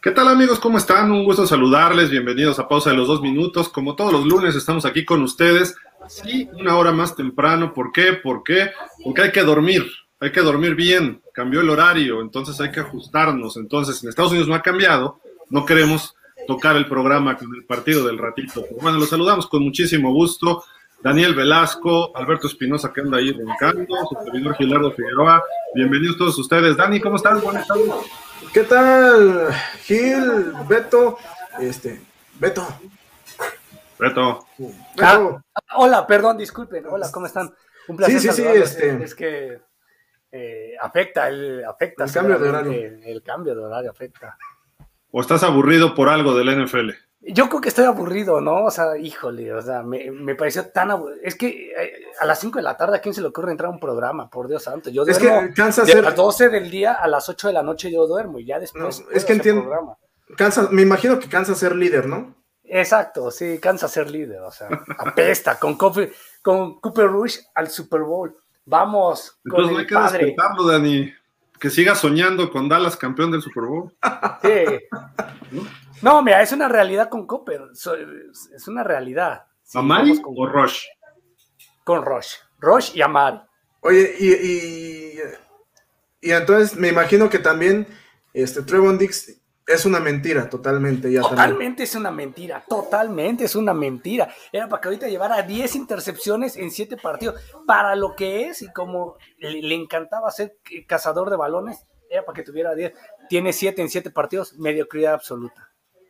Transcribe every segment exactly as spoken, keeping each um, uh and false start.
¿Qué tal amigos? ¿Cómo están? Un gusto saludarles, bienvenidos a Pausa de los Dos Minutos. Como todos los lunes estamos aquí con ustedes, sí, una hora más temprano. ¿Por qué? ¿Por qué? Porque hay que dormir, hay que dormir bien, cambió el horario, entonces hay que ajustarnos. Entonces en Estados Unidos no ha cambiado, no queremos tocar el programa con el partido del ratito. Pero bueno, los saludamos con muchísimo gusto. Daniel Velasco, Alberto Espinosa que anda ahí roncando, su servidor Gilardo Figueroa. Bienvenidos todos ustedes. Dani, ¿cómo estás? Buenas tardes. ¿Qué tal, Gil, Beto? Este, Beto. Beto. Beto. Ah, hola, perdón, disculpen. Hola, ¿cómo están? Un placer sí, sí, sí, este... Es que eh, afecta, el, afecta el cambio de horario. El, el cambio de horario afecta. ¿O estás aburrido por algo del N F L? Yo creo que estoy aburrido, ¿no? O sea, híjole, o sea, me, me pareció tan aburrido. Es que eh, a las cinco de la tarde, ¿a quién se le ocurre entrar a un programa? Por Dios santo. Yo es duermo que cansa de ser... a las doce del día a las ocho de la noche yo duermo y ya después no, es que entiendo. Cansa, me imagino que cansa ser líder, ¿no? Exacto, sí, cansa ser líder, o sea, apesta con, Cooper, con Cooper Rush al Super Bowl. Vamos, entonces con no el hay que padre. respetarlo, Dani. Que siga soñando con Dallas campeón del Super Bowl. Sí. ¿No? No, mira, es una realidad con Cooper. Es una realidad. Sí, ¿Amari con... o Rush? Con Rush. Rush y Amari. Oye, y, y, y entonces me imagino que también este Trevon Diggs es una mentira, totalmente. Ya totalmente también. Es una mentira, totalmente es una mentira. Era para que ahorita llevara diez intercepciones en siete partidos. Para lo que es y como le, le encantaba ser cazador de balones, era para que tuviera diez. Tiene siete en siete partidos, mediocridad absoluta.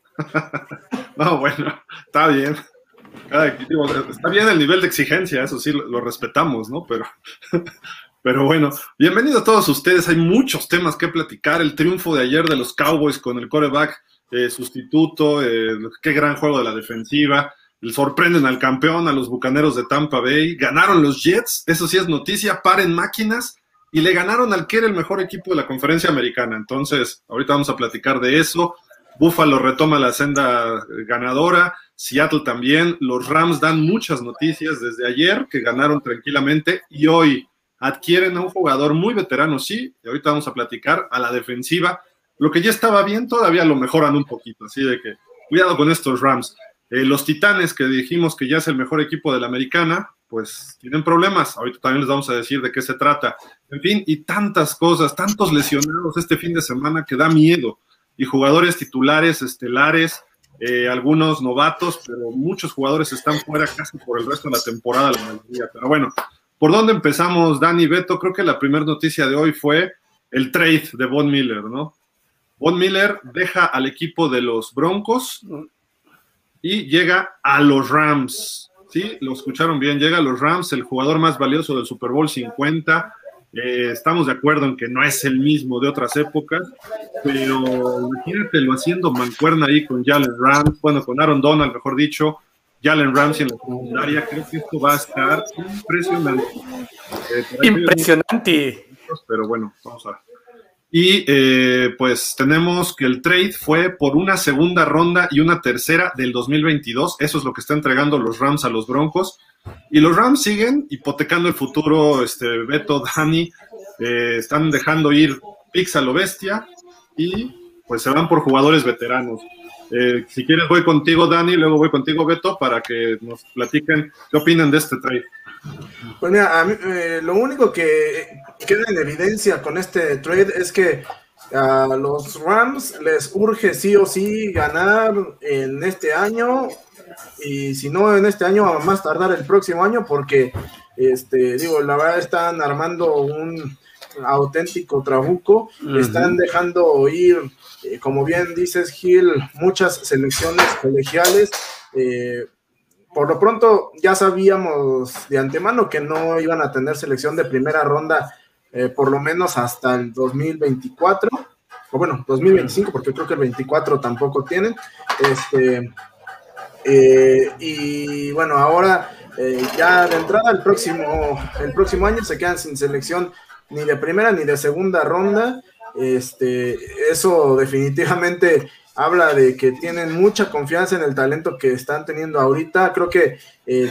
No, bueno, está bien. Cada equipo, está bien el nivel de exigencia, eso sí lo, lo respetamos, ¿no? Pero, pero bueno, bienvenidos a todos ustedes. Hay muchos temas que platicar. El triunfo de ayer de los Cowboys con el quarterback eh, sustituto, eh, qué gran juego de la defensiva. El sorprenden al campeón, a los Bucaneros de Tampa Bay. Ganaron los Jets, eso sí es noticia. Paren máquinas. Y le ganaron al que era el mejor equipo de la conferencia americana. Entonces, ahorita vamos a platicar de eso. Buffalo retoma la senda ganadora, Seattle también, los Rams dan muchas noticias desde ayer, que ganaron tranquilamente, y hoy adquieren a un jugador muy veterano, sí, y ahorita vamos a platicar, a la defensiva, lo que ya estaba bien, todavía lo mejoran un poquito, así de que, cuidado con estos Rams. Eh, los Titanes, que dijimos que ya es el mejor equipo de la americana, pues tienen problemas, ahorita también les vamos a decir de qué se trata, en fin, y tantas cosas, tantos lesionados este fin de semana que da miedo, y jugadores titulares, estelares, eh, algunos novatos, pero muchos jugadores están fuera casi por el resto de la temporada, la mayoría. Pero bueno, ¿por dónde empezamos, Dani, Beto? Creo que la primera noticia de hoy fue el trade de Von Miller, ¿no? Von Miller deja al equipo de los Broncos y llega a los Rams, ¿sí? Lo escucharon bien, llega a los Rams, el jugador más valioso del Super Bowl cincuenta. Eh, estamos de acuerdo en que no es el mismo de otras épocas, pero imagínatelo haciendo mancuerna ahí con Jalen Ramsey, bueno, con Aaron Donald, mejor dicho, Jalen Ramsey en la secundaria. Creo que esto va a estar impresionante. Eh, impresionante. Pero bueno, vamos a ver. Y eh, pues tenemos que el trade fue por una segunda ronda y una tercera del dos mil veintidós. Eso es lo que está entregando los Rams a los Broncos. Y los Rams siguen hipotecando el futuro, este, Beto, Dani, eh, están dejando ir picks a lo bestia y pues se van por jugadores veteranos. Eh, si quieres voy contigo, Dani, luego voy contigo, Beto, para que nos platiquen qué opinan de este trade. Pues mira, a mí, eh, lo único que queda en evidencia con este trade es que a los Rams les urge sí o sí ganar en este año, y si no en este año, a más tardar el próximo año, porque este digo, la verdad están armando un auténtico trabuco. Uh-huh. Están dejando ir, eh, como bien dices, Gil, muchas selecciones colegiales. eh, por lo pronto ya sabíamos de antemano que no iban a tener selección de primera ronda, eh, por lo menos hasta el dos mil veinticuatro, o bueno, dos mil veinticinco, porque creo que el veinticuatro tampoco tienen. Este Eh, y bueno, ahora eh, ya de entrada el próximo, el próximo año se quedan sin selección ni de primera ni de segunda ronda. Este, eso definitivamente habla de que tienen mucha confianza en el talento que están teniendo ahorita. Creo que eh,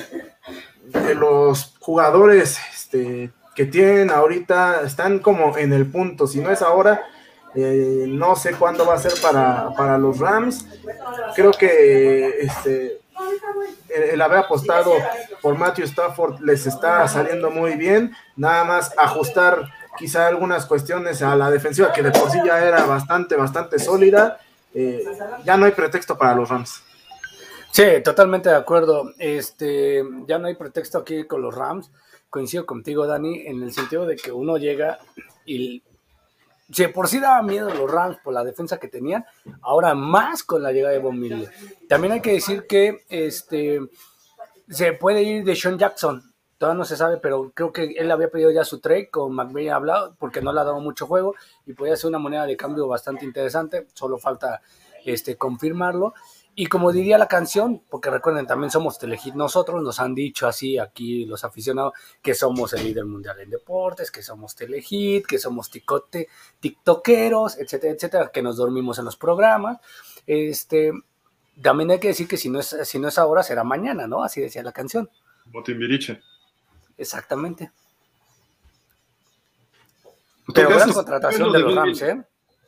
los jugadores este, que tienen ahorita están como en el punto, si no es ahora, Eh, no sé cuándo va a ser para, para los Rams. Creo que este, el, el haber apostado por Matthew Stafford les está saliendo muy bien. Nada más ajustar quizá algunas cuestiones a la defensiva, que de por sí ya era bastante, bastante sólida. Eh, ya no hay pretexto para los Rams. Sí, totalmente de acuerdo. Este, ya no hay pretexto aquí con los Rams. Coincido contigo, Dani, en el sentido de que uno llega y si por sí daba miedo los Rams por la defensa que tenían, ahora más con la llegada de Von Miller. También hay que decir que este se puede ir de Sean Jackson. Todavía no se sabe, pero creo que él había pedido ya su trade con McVay hablado porque no le ha dado mucho juego y podría ser una moneda de cambio bastante interesante. Solo falta este confirmarlo. Y como diría la canción, porque recuerden, también somos Telehit nosotros, nos han dicho así aquí los aficionados que somos el líder mundial en deportes, que somos Telehit, que somos ticote, tiktokeros, etcétera, etcétera, que nos dormimos en los programas. Este, también hay que decir que si no es, si no es ahora, será mañana, ¿no? Así decía la canción. Botimbiriche. Exactamente. Pues, Pero ¿qué gran haces? contratación de los Rams, ¿eh?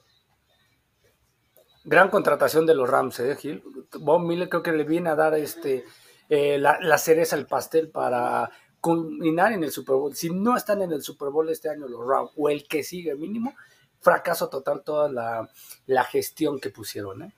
Gran contratación de los Rams, ¿eh, Gil? Von Miller creo que le viene a dar este eh, la, la cereza al pastel para culminar en el Super Bowl. Si no están en el Super Bowl este año los Rams, o el que sigue mínimo, fracaso total toda la, la gestión que pusieron, ¿eh?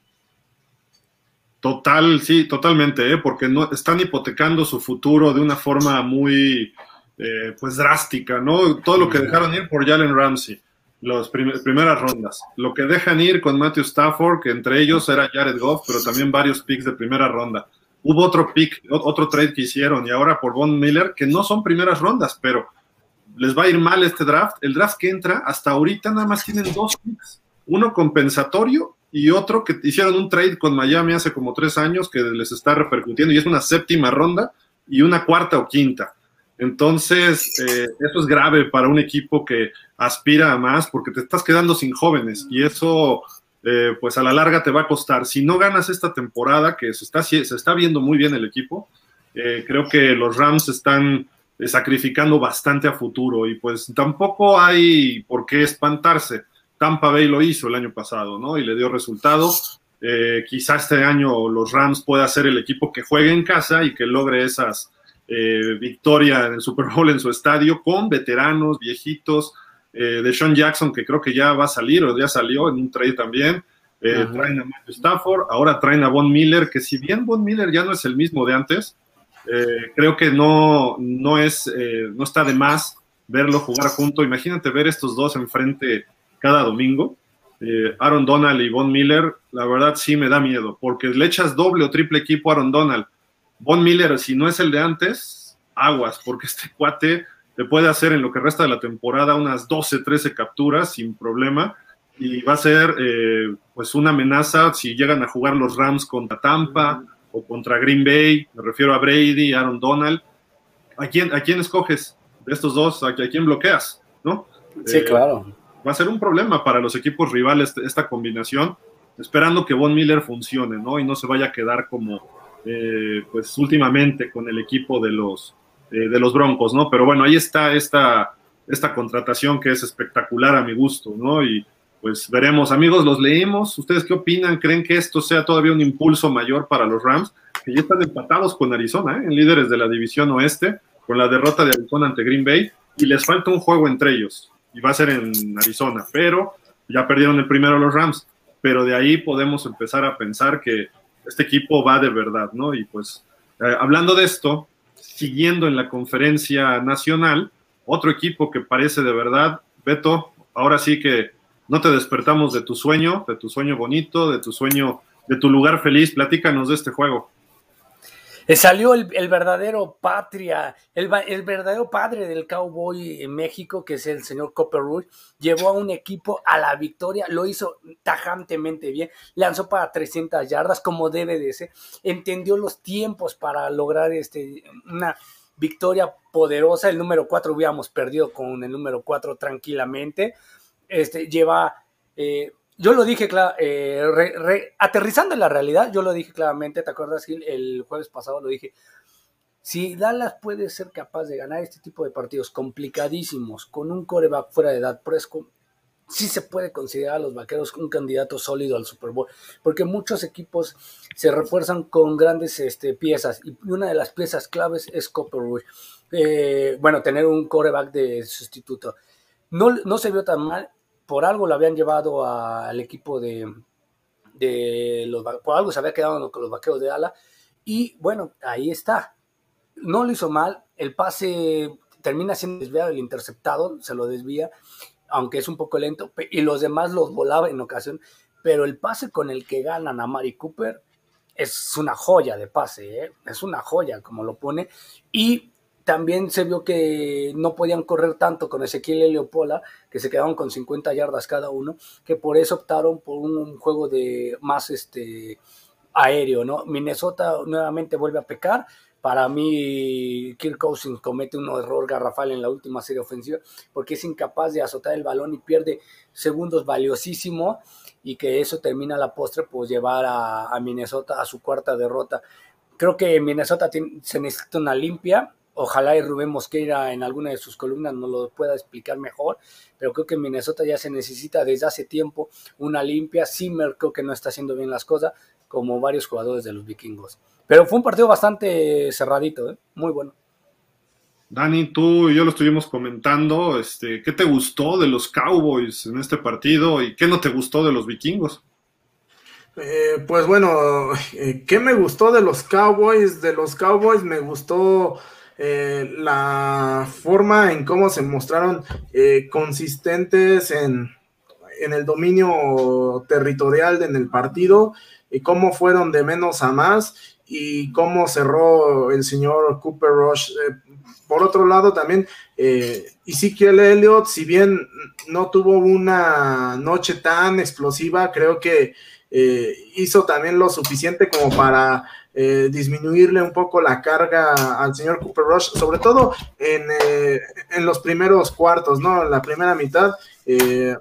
Total, sí, totalmente, ¿eh? Porque no, están hipotecando su futuro de una forma muy, eh, pues, drástica, ¿no? Todo lo que dejaron ir por Jalen Ramsey, las prim primeras rondas, lo que dejan ir con Matthew Stafford, que entre ellos era Jared Goff, pero también varios picks de primera ronda. Hubo otro pick, otro trade que hicieron, y ahora por Von Miller, que no son primeras rondas, pero les va a ir mal este draft. El draft que entra, hasta ahorita nada más tienen dos picks, uno compensatorio y otro que hicieron un trade con Miami hace como tres años que les está repercutiendo y es una séptima ronda y una cuarta o quinta. Entonces, eh, eso es grave para un equipo que aspira a más porque te estás quedando sin jóvenes y eso, eh, pues a la larga te va a costar. Si no ganas esta temporada, que se está, se está viendo muy bien el equipo, eh, creo que los Rams están eh, sacrificando bastante a futuro y pues tampoco hay por qué espantarse. Tampa Bay lo hizo el año pasado, ¿no? Y le dio resultado. Eh, quizá este año los Rams pueda ser el equipo que juegue en casa y que logre esas eh, victorias en el Super Bowl en su estadio con veteranos, viejitos, eh, de Sean Jackson, que creo que ya va a salir o ya salió en un trade también. Eh, traen a Matthew Stafford, ahora traen a Von Miller, que si bien Von Miller ya no es el mismo de antes, eh, creo que no, no, es, eh, no está de más verlo jugar junto. Imagínate ver estos dos enfrente cada domingo, eh, Aaron Donald y Von Miller, la verdad sí me da miedo, porque le echas doble o triple equipo a Aaron Donald. Von Miller, si no es el de antes, aguas, porque este cuate te puede hacer en lo que resta de la temporada unas doce, trece capturas sin problema, y va a ser eh, pues una amenaza si llegan a jugar los Rams contra Tampa o contra Green Bay, me refiero a Brady, Aaron Donald. ¿A quién, a quién escoges de estos dos? ¿A quién bloqueas? ¿No? Sí, eh, claro. Va a ser un problema para los equipos rivales esta combinación, esperando que Von Miller funcione, ¿no? Y no se vaya a quedar como, eh, pues, últimamente con el equipo de los, eh, de los Broncos, ¿no? Pero bueno, ahí está esta, esta contratación que es espectacular a mi gusto, ¿no? Y pues veremos. Amigos, los leímos. ¿Ustedes qué opinan? ¿Creen que esto sea todavía un impulso mayor para los Rams? Que ya están empatados con Arizona, ¿eh? En líderes de la división oeste, con la derrota de Arizona ante Green Bay, y les falta un juego entre ellos. Y va a ser en Arizona, pero ya perdieron el primero los Rams, pero de ahí podemos empezar a pensar que este equipo va de verdad, ¿no? Y pues, eh, hablando de esto, siguiendo en la conferencia nacional, otro equipo que parece de verdad, Beto, ahora sí que no te despertamos de tu sueño, de tu sueño bonito, de tu sueño, de tu lugar feliz, platícanos de este juego. Salió el, el verdadero patria, el, el verdadero padre del cowboy en México, que es el señor Copper Ruiz, llevó a un equipo a la victoria, lo hizo tajantemente bien, lanzó para trescientas yardas como debe de ser, entendió los tiempos para lograr este, una victoria poderosa. El número cuatro hubiéramos perdido con el número cuatro tranquilamente, este, lleva... Eh, Yo lo dije, claro, eh, re, re, aterrizando en la realidad, yo lo dije claramente, ¿te acuerdas, Gil? El jueves pasado lo dije. Si Dallas puede ser capaz de ganar este tipo de partidos complicadísimos con un quarterback fuera de edad, Prescott, sí se puede considerar a los Vaqueros un candidato sólido al Super Bowl, porque muchos equipos se refuerzan con grandes este, piezas, y una de las piezas claves es Cooper Rush. Eh, bueno, tener un quarterback de sustituto. No, no se vio tan mal, por algo lo habían llevado a, al equipo de, de los, por algo se había quedado con los Vaqueros de Dallas, y bueno, ahí está. No lo hizo mal, el pase termina siendo desviado, el interceptado se lo desvía, aunque es un poco lento, y los demás los volaba en ocasión, pero el pase con el que ganan a Mari Cooper es una joya de pase, ¿eh? Es una joya como lo pone, y también se vio que no podían correr tanto con Ezequiel y Leopold, que se quedaron con cincuenta yardas cada uno, que por eso optaron por un juego de más este, aéreo, ¿no? Minnesota nuevamente vuelve a pecar. Para mí, Kirk Cousins comete un error garrafal en la última serie ofensiva porque es incapaz de azotar el balón y pierde segundos valiosísimos, y que eso termina a la postre pues llevar a, a Minnesota a su cuarta derrota. Creo que Minnesota tiene, se necesita una limpia. Ojalá y Rubén Mosquera en alguna de sus columnas nos lo pueda explicar mejor, pero creo que Minnesota ya se necesita desde hace tiempo una limpia. Zimmer creo que no está haciendo bien las cosas, como varios jugadores de los Vikingos. Pero fue un partido bastante cerradito, ¿eh? Muy bueno. Dani, tú y yo lo estuvimos comentando, este, ¿qué te gustó de los Cowboys en este partido y qué no te gustó de los Vikingos? Eh, pues bueno, eh, ¿qué me gustó de los Cowboys? De los Cowboys me gustó eh, la forma en cómo se mostraron eh, consistentes en, en el dominio territorial en el partido, y cómo fueron de menos a más, y cómo cerró el señor Cooper Rush. Eh, por otro lado también, eh, Ezekiel Elliott, si bien no tuvo una noche tan explosiva, creo que eh, hizo también lo suficiente como para eh, disminuirle un poco la carga al señor Cooper Rush, sobre todo en, eh, en los primeros cuartos, ¿no? En la primera mitad, eh,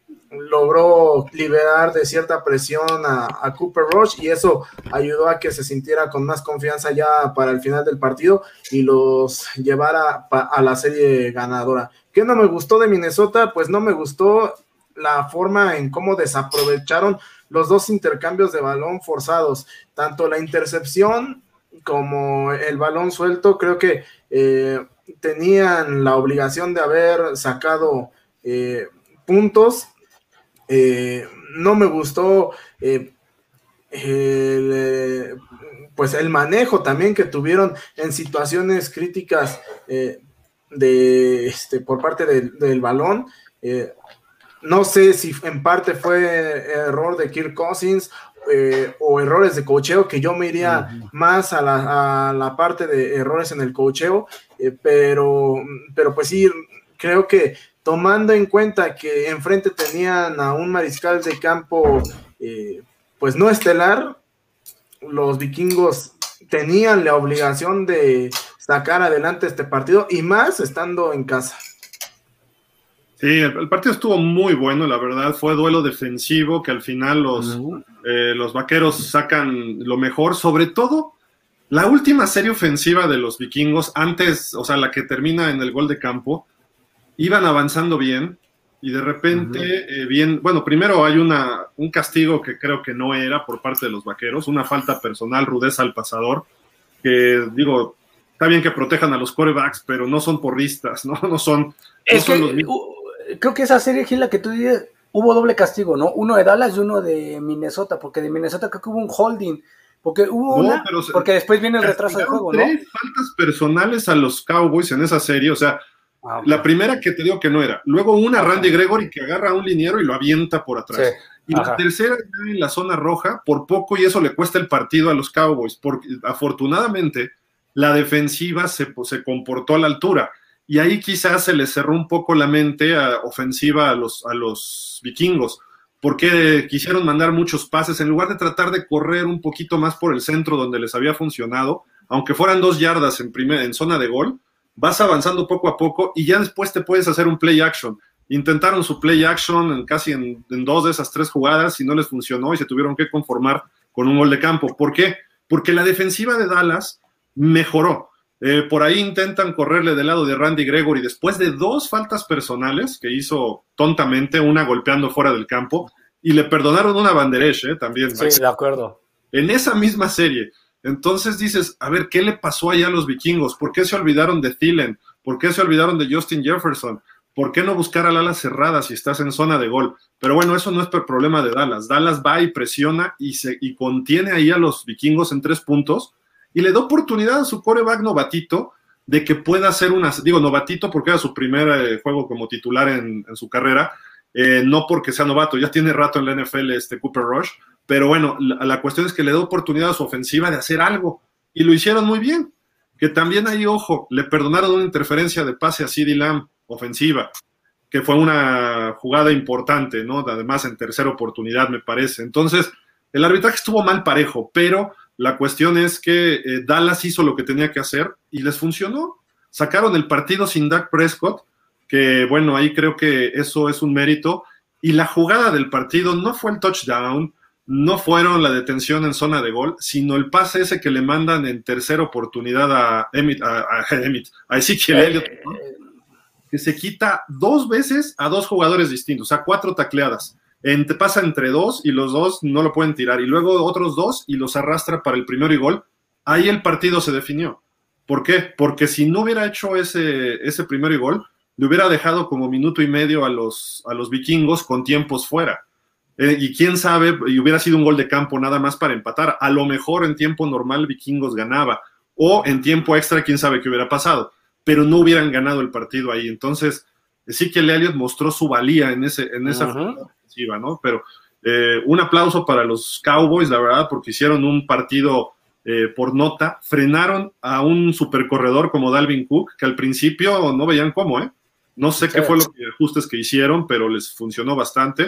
logró liberar de cierta presión a, a Cooper Rush, y eso ayudó a que se sintiera con más confianza ya para el final del partido y los llevara pa, a la serie ganadora. ¿Qué no me gustó de Minnesota? Pues no me gustó la forma en cómo desaprovecharon los dos intercambios de balón forzados, tanto la intercepción como el balón suelto. Creo que eh, tenían la obligación de haber sacado eh, puntos. Eh, no me gustó eh, el, eh, pues el manejo también que tuvieron en situaciones críticas eh, de, este, por parte de, del balón. Eh, no sé si en parte fue error de Kirk Cousins eh, o errores de coacheo, que yo me iría uh-huh. más a la, a la parte de errores en el coacheo, eh, pero, pero pues sí, creo que tomando en cuenta que enfrente tenían a un mariscal de campo eh, pues no estelar, los Vikingos tenían la obligación de sacar adelante este partido, y más estando en casa. Sí, el, el partido estuvo muy bueno, la verdad. Fue duelo defensivo que al final los, uh-huh. eh, los Vaqueros sacan lo mejor, sobre todo la última serie ofensiva de los Vikingos, antes, o sea, la que termina en el gol de campo. Iban avanzando bien y de repente, uh-huh. eh, bien, bueno, primero hay una, un castigo que creo que no era por parte de los Vaqueros, una falta personal, rudeza al pasador, que digo, está bien que protejan a los quarterbacks, pero no son porristas, ¿no? No son, es no son que, los mismos. Uh, creo que esa serie, Gil, la que tú dices, hubo doble castigo, ¿no? Uno de Dallas y uno de Minnesota, porque de Minnesota creo que hubo un holding, porque hubo no, una, pero porque después viene el retraso del juego, ¿no? Tres faltas personales a los Cowboys en esa serie, o sea, Ah, okay. La primera que te digo que no era. Luego una okay. Randy Gregory que agarra a un liniero y lo avienta por atrás. Sí. Y Ajá. la tercera ya en la zona roja, por poco, y eso le cuesta el partido a los Cowboys, porque afortunadamente la defensiva se, pues, se comportó a la altura. Y ahí quizás se les cerró un poco la mente a, ofensiva a los, a los Vikingos, porque quisieron mandar muchos pases en lugar de tratar de correr un poquito más por el centro donde les había funcionado, aunque fueran dos yardas en, primer, en zona de gol. Vas avanzando poco a poco y ya después te puedes hacer un play action. Intentaron su play action en casi en, en dos de esas tres jugadas y no les funcionó y se tuvieron que conformar con un gol de campo. ¿Por qué? Porque la defensiva de Dallas mejoró. Eh, por ahí intentan correrle del lado de Randy Gregory después de dos faltas personales que hizo tontamente, una golpeando fuera del campo, y le perdonaron una banderesh, eh, también. Sí, de acuerdo. En esa misma serie. Entonces dices, a ver, ¿qué le pasó allá a los vikingos? ¿Por qué se olvidaron de Thielen? ¿Por qué se olvidaron de Justin Jefferson? ¿Por qué no buscar al ala cerrada si estás en zona de gol? Pero bueno, eso no es el problema de Dallas. Dallas va y presiona y, se, y contiene ahí a los vikingos en tres puntos y le da oportunidad a su quarterback novatito de que pueda hacer una, digo novatito porque era su primer eh, juego como titular en, en su carrera, eh, no porque sea novato, ya tiene rato en la N F L este Cooper Rush, pero bueno, la, la cuestión es que le da oportunidad a su ofensiva de hacer algo y lo hicieron muy bien. Que también ahí, ojo, le perdonaron una interferencia de pase a CeeDee Lamb ofensiva, que fue una jugada importante, ¿no? Además en tercera oportunidad me parece. Entonces, el arbitraje estuvo mal parejo, pero la cuestión es que eh, Dallas hizo lo que tenía que hacer y les funcionó. Sacaron el partido sin Dak Prescott, que bueno, ahí creo que eso es un mérito, y la jugada del partido no fue el touchdown, no fueron la detención en zona de gol, sino el pase ese que le mandan en tercera oportunidad a Emmett, a, a, Emmett, a Ezekiel Elliott, ¿no? Que se quita dos veces a dos jugadores distintos, a cuatro tacleadas. Entre, pasa entre dos y los dos no lo pueden tirar, y luego otros dos y los arrastra para el primero y gol. Ahí el partido se definió. ¿Por qué? Porque si no hubiera hecho ese, ese primero y gol, le hubiera dejado como minuto y medio a los, a los vikingos con tiempos fuera. Eh, y quién sabe, y hubiera sido un gol de campo nada más para empatar. A lo mejor en tiempo normal Vikingos ganaba, o en tiempo extra quién sabe qué hubiera pasado, pero no hubieran ganado el partido ahí. Entonces, sí que Elliott mostró su valía en, ese, en esa uh-huh. ofensiva, ¿no? Pero eh, un aplauso para los Cowboys, la verdad, porque hicieron un partido eh, por nota, frenaron a un supercorredor como Dalvin Cook, que al principio no veían cómo, ¿eh? No sé sí. qué fue los ajustes que hicieron, pero les funcionó bastante.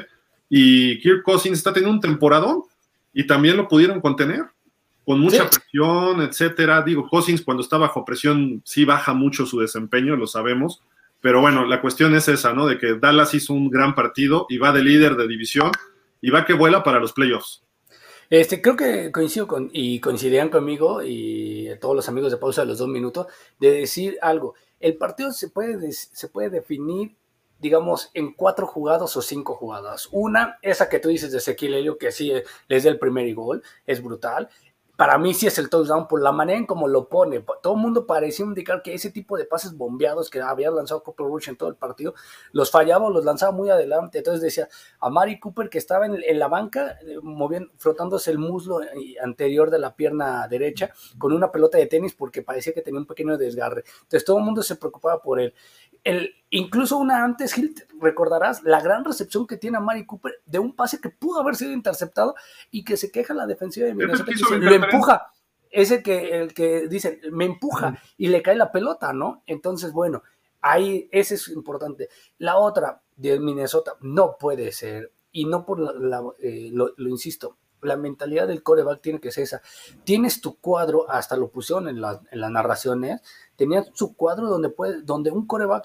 Y Kirk Cousins está teniendo un temporadón y también lo pudieron contener con mucha sí. presión, etcétera. Digo, Cousins cuando está bajo presión sí baja mucho su desempeño, lo sabemos, pero bueno, la cuestión es esa, ¿no? De que Dallas hizo un gran partido y va de líder de división y va que vuela para los playoffs. Este, creo que coincido con, y coincidirán conmigo y todos los amigos de Pausa de los dos minutos, de decir algo. El partido se puede, se puede definir, digamos, en cuatro jugadas o cinco jugadas. Una, esa que tú dices de Ezequiel Elliott, que sí les da el primer gol, es brutal. Para mí sí es el touchdown por la manera en cómo lo pone. Todo el mundo parecía indicar que ese tipo de pases bombeados que había lanzado Cooper Rush en todo el partido, los fallaba o los lanzaba muy adelante. Entonces decía, a Mari Cooper que estaba en, en la banca, eh, moviendo, frotándose el muslo anterior de la pierna derecha con una pelota de tenis porque parecía que tenía un pequeño desgarre. Entonces todo el mundo se preocupaba por él. El, incluso una antes, Gil, recordarás la gran recepción que tiene a Mari Cooper de un pase que pudo haber sido interceptado y que se queja la defensiva de Minnesota, que dice, lo empuja, ese que, el que dice, me empuja uh-huh. y le cae la pelota, ¿no? Entonces, bueno, ahí, ese es importante. La otra de Minnesota no puede ser, y no por la, la eh, lo, lo insisto, la mentalidad del quarterback tiene que ser esa. Tienes tu cuadro, hasta lo pusieron en, la, en las narraciones, tenía su cuadro donde, puede, donde un quarterback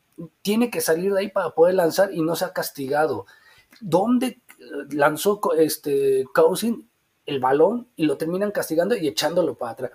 tiene que salir de ahí para poder lanzar y no sea castigado. ¿Dónde lanzó este Cousins el balón y lo terminan castigando y echándolo para atrás?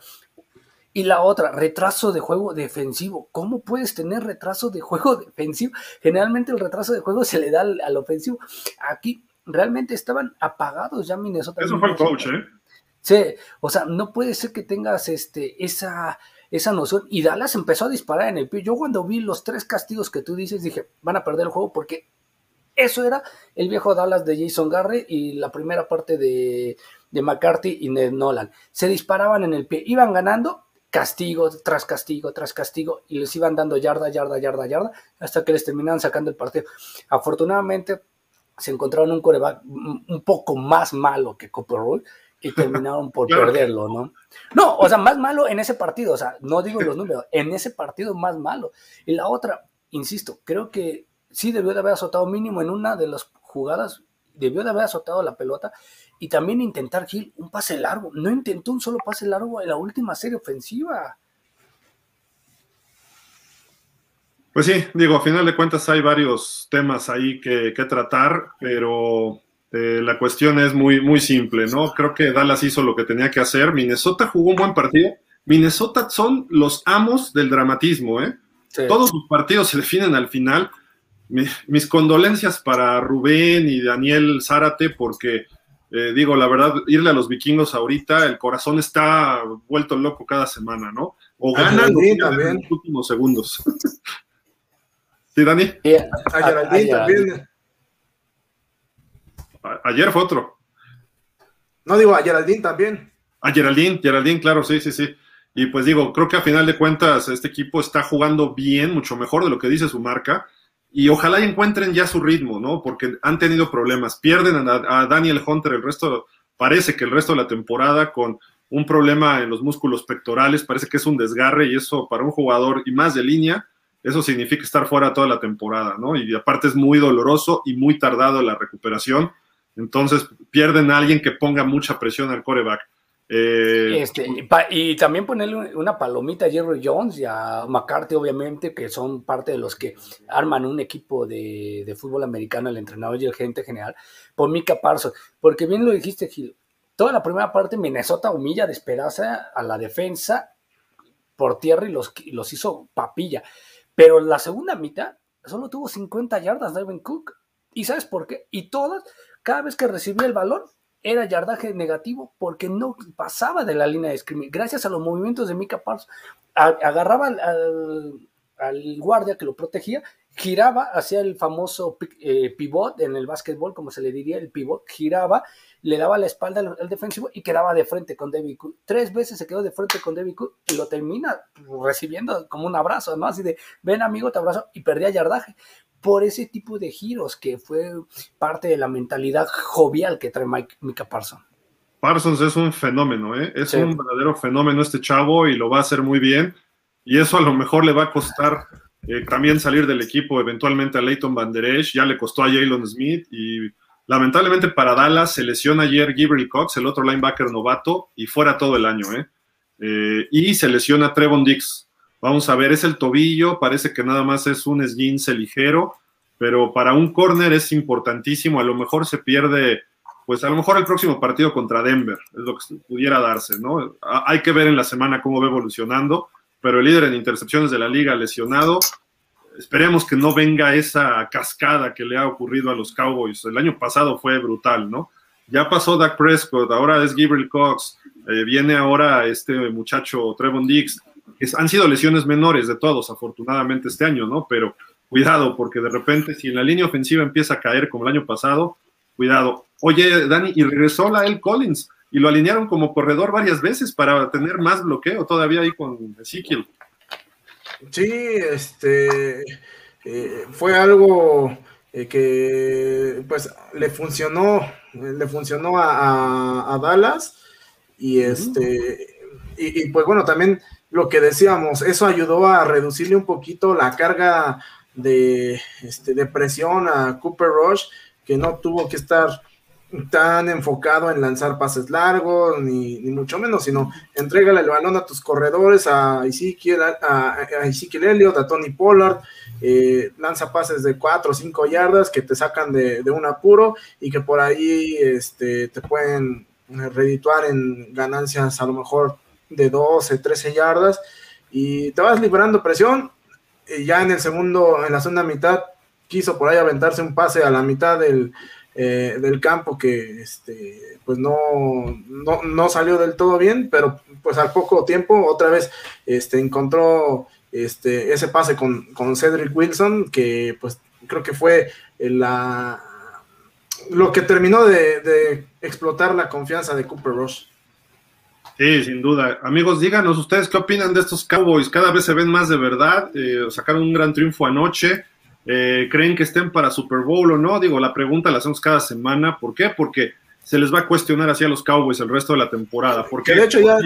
Y la otra, retraso de juego defensivo. ¿Cómo puedes tener retraso de juego defensivo? Generalmente el retraso de juego se le da al, al ofensivo. Aquí realmente estaban apagados ya Minnesota. Eso fue el coach, ¿eh? Sí, o sea, no puede ser que tengas este, esa, esa noción. Y Dallas empezó a disparar en el pie. Yo cuando vi los tres castigos que tú dices, dije, van a perder el juego porque eso era el viejo Dallas de Jason Garrett y la primera parte de, de McCarthy y de Nolan. Se disparaban en el pie, iban ganando, castigo tras castigo tras castigo, y les iban dando yarda, yarda, yarda, yarda, hasta que les terminaban sacando el partido. Afortunadamente, se encontraron un quarterback un poco más malo que Cooper Rush y terminaron por claro. perderlo, ¿no? No, o sea, más malo en ese partido, o sea, no digo los números, en ese partido más malo. Y la otra, insisto, creo que sí debió de haber azotado mínimo en una de las jugadas, debió de haber azotado la pelota y también intentar, Gil, un pase largo. No intentó un solo pase largo en la última serie ofensiva. Pues sí, digo, a final de cuentas hay varios temas ahí que, que tratar, pero eh, la cuestión es muy, muy simple, ¿no? Creo que Dallas hizo lo que tenía que hacer, Minnesota jugó un buen partido, Minnesota son los amos del dramatismo, ¿eh? Sí. Todos sus partidos se definen al final. Mi, mis condolencias para Rubén y Daniel Zárate, porque eh, digo, la verdad, irle a los vikingos ahorita, el corazón está vuelto loco cada semana, ¿no? O ganan en los últimos segundos. ¿Sí, Dani? Sí, a Geraldine también. A, ayer fue otro. No, digo, a Geraldine también. A Geraldine, Geraldine, claro, sí, sí, sí. Y pues digo, creo que a final de cuentas este equipo está jugando bien, mucho mejor de lo que dice su marca, y ojalá encuentren ya su ritmo, ¿no? Porque han tenido problemas. Pierden a, a Daniel Hunter el resto, parece que el resto de la temporada con un problema en los músculos pectorales, parece que es un desgarre, y eso para un jugador, y más de línea, eso significa estar fuera toda la temporada, ¿no? Y aparte es muy doloroso y muy tardado la recuperación, entonces pierden a alguien que ponga mucha presión al quarterback. Eh, este, y también ponerle una palomita a Jerry Jones y a McCarthy, obviamente, que son parte de los que arman un equipo de, de fútbol americano, el entrenador y el gerente general, por Micah Parsons, porque bien lo dijiste, Gil, toda la primera parte Minnesota humilla, despedaza a la defensa por tierra y los, los hizo papilla, pero la segunda mitad solo tuvo cincuenta yardas Dalvin Cook, ¿y sabes por qué? Y todas, cada vez que recibía el balón era yardaje negativo porque no pasaba de la línea de scrimmage. Gracias a los movimientos de Micah Parsons, agarraba al, al, al guardia que lo protegía, giraba hacia el famoso eh, pivot en el básquetbol, como se le diría, el pivot, giraba, le daba la espalda al, al defensivo y quedaba de frente con David Cook. Tres veces se quedó de frente con David Cook y lo termina recibiendo como un abrazo, ¿no? Así de, ven amigo, te abrazo, y perdía yardaje. Por ese tipo de giros que fue parte de la mentalidad jovial que trae Mike, Micah Parsons. Parsons es un fenómeno, ¿eh? Es sí. un verdadero fenómeno este chavo y lo va a hacer muy bien, y eso a lo mejor le va a costar eh, también salir del equipo eventualmente a Leighton Van Der Esch, ya le costó a Jalen Smith, y lamentablemente para Dallas se lesiona ayer Gabriel Cox, el otro linebacker novato, y fuera todo el año, ¿eh? Eh, y se lesiona Trevon Diggs. Vamos a ver, es el tobillo, parece que nada más es un esguince ligero, pero para un corner es importantísimo, a lo mejor se pierde, pues a lo mejor el próximo partido contra Denver, es lo que pudiera darse, ¿no? Hay que ver en la semana cómo va evolucionando, pero el líder en intercepciones de la liga lesionado, esperemos que no venga esa cascada que le ha ocurrido a los Cowboys, el año pasado fue brutal, ¿no? Ya pasó Dak Prescott, ahora es Gabriel Cox, eh, viene ahora este muchacho Trevon Diggs. Es, han sido lesiones menores de todos, afortunadamente este año, ¿no? Pero cuidado, porque de repente, si en la línea ofensiva empieza a caer como el año pasado, cuidado. Oye, Dani, y regresó Lael Collins, y lo alinearon como corredor varias veces para tener más bloqueo todavía ahí con Ezekiel. Sí, este, eh, fue algo eh, que, pues, le funcionó, le funcionó a, a, a Dallas, y este, uh-huh. y, y pues bueno, también lo que decíamos, eso ayudó a reducirle un poquito la carga de, este, de presión a Cooper Rush, que no tuvo que estar tan enfocado en lanzar pases largos, ni, ni mucho menos, sino entrégale el balón a tus corredores, a Ezekiel, a, a Ezekiel Elliott, a Tony Pollard, eh, lanza pases de cuatro o cinco yardas que te sacan de, de un apuro y que por ahí este, te pueden redituar en ganancias a lo mejor de doce, trece yardas, y te vas liberando presión. Y ya en el segundo, en la segunda mitad, quiso por ahí aventarse un pase a la mitad del, eh, del campo que este, pues no, no, no salió del todo bien, pero pues al poco tiempo otra vez este, encontró este, ese pase con, con Cedric Wilson, que pues creo que fue la, lo que terminó de, de explotar la confianza de Cooper Rush. Sí, sin duda. Amigos, díganos ustedes qué opinan de estos Cowboys. Cada vez se ven más de verdad. Eh, sacaron un gran triunfo anoche. Eh, ¿Creen que estén para Super Bowl o no? Digo, la pregunta la hacemos cada semana. ¿Por qué? Porque se les va a cuestionar así a los Cowboys el resto de la temporada. ¿Por qué? Que de hecho ya,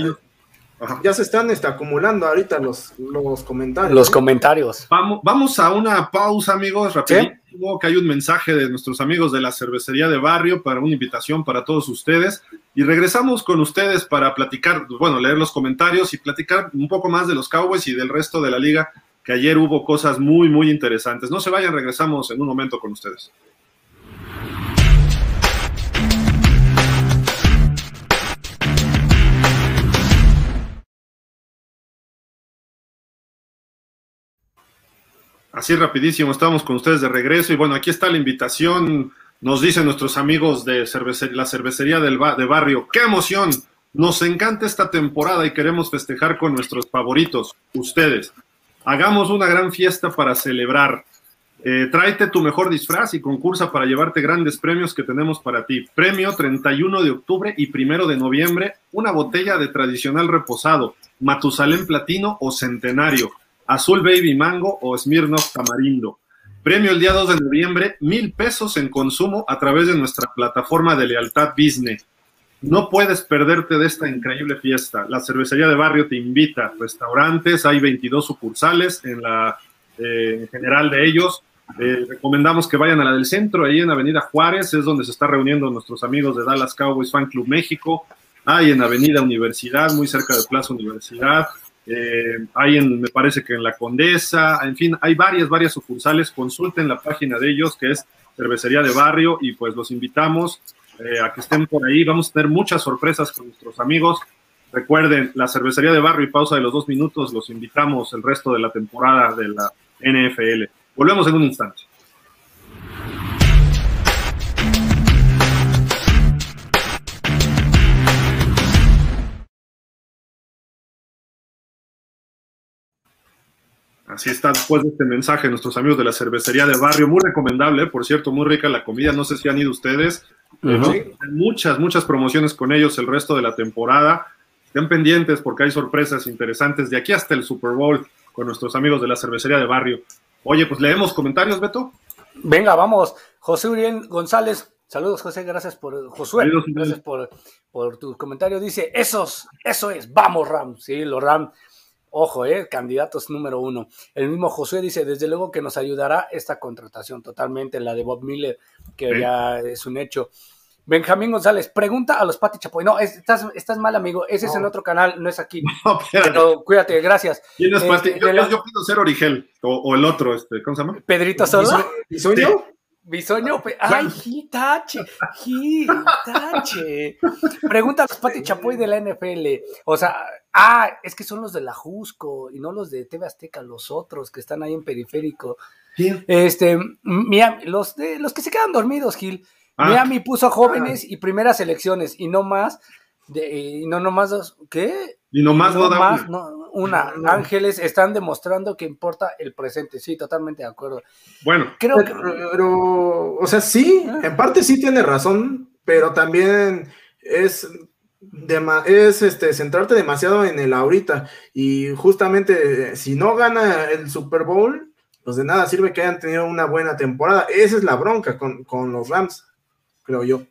ya se están este, acumulando ahorita los, los comentarios. Los ¿sí? comentarios. Vamos, vamos a una pausa, amigos, rapidísimo, ¿sí? Que hay un mensaje de nuestros amigos de la cervecería de barrio para una invitación para todos ustedes. Y regresamos con ustedes para platicar, bueno, leer los comentarios y platicar un poco más de los Cowboys y del resto de la liga, que ayer hubo cosas muy, muy interesantes. No se vayan, regresamos en un momento con ustedes. Así rapidísimo, estamos con ustedes de regreso y bueno, aquí está la invitación, nos dicen nuestros amigos de cervecería, la cervecería del ba de barrio, ¡qué emoción! Nos encanta esta temporada y queremos festejar con nuestros favoritos, ustedes. Hagamos una gran fiesta para celebrar. Eh, tráete tu mejor disfraz y concursa para llevarte grandes premios que tenemos para ti. Premio treinta y uno de octubre y primero de noviembre, una botella de tradicional reposado, Matusalén Platino o Centenario, Azul Baby Mango o Smirnoff Tamarindo. Premio el día dos de noviembre, mil pesos en consumo a través de nuestra plataforma de lealtad Business. No puedes perderte de esta increíble fiesta. La cervecería de barrio te invita. Restaurantes, hay veintidós sucursales en la eh, en general de ellos. Eh, recomendamos que vayan a la del centro, ahí en Avenida Juárez, es donde se está reuniendo nuestros amigos de Dallas Cowboys Fan Club México. Hay en Avenida Universidad, muy cerca de Plaza Universidad. Eh, hay en, me parece que en La Condesa, en fin, hay varias, varias sucursales. Consulten la página de ellos, que es Cervecería de Barrio, y pues los invitamos eh, a que estén por ahí. Vamos a tener muchas sorpresas con nuestros amigos. Recuerden, la Cervecería de Barrio y pausa de los dos minutos, los invitamos el resto de la temporada de la N F L. Volvemos en un instante. Así está, después de este mensaje, nuestros amigos de la Cervecería de Barrio, muy recomendable, por cierto, muy rica la comida, no sé si han ido ustedes, uh-huh. ¿no? muchas, muchas promociones con ellos el resto de la temporada, estén pendientes porque hay sorpresas interesantes de aquí hasta el Super Bowl con nuestros amigos de la Cervecería de Barrio. Oye, pues leemos comentarios, Beto. Venga, vamos, José Uriel González, saludos José, gracias por, Josué, saludos, gracias por, por tus comentarios, dice, esos, eso es, vamos Rams, sí, los Rams. Ojo, eh, candidatos número uno. El mismo Josué dice, desde luego que nos ayudará esta contratación totalmente, la de Bob Miller, que ¿sí? ya es un hecho. Benjamín González, pregunta a los Pati Chapoy. No, es, estás, estás mal, amigo. Ese no. es en otro canal, no es aquí. No, pero cuídate, gracias. ¿Quién es Pati? Este, yo, yo, yo pido ser Origel, o, o el otro, este, ¿cómo se llama? ¿Pedrito Sola? ¿Bisoño? Sí. Bisoño, ay, Hitache, Hitache. Pregunta a los Pati Chapoy de la N F L. O sea, ah, es que son los de la Jusco y no los de T V Azteca, los otros que están ahí en periférico. ¿Sí? Este, Miami, los, de, los que se quedan dormidos, Gil. Ah. Miami puso jóvenes ah. y primeras elecciones y no más, de, y no nomás dos, ¿qué? Y nomás no, no da más, una. No, una. No. Ángeles están demostrando que importa el presente. Sí, totalmente de acuerdo. Bueno. Creo pero, que... pero, o sea, sí, en parte sí tiene razón, pero también es, de, es este, centrarte demasiado en el ahorita. Y justamente, si no gana el Super Bowl, pues de nada sirve que hayan tenido una buena temporada. Esa es la bronca con, con los Rams, creo yo.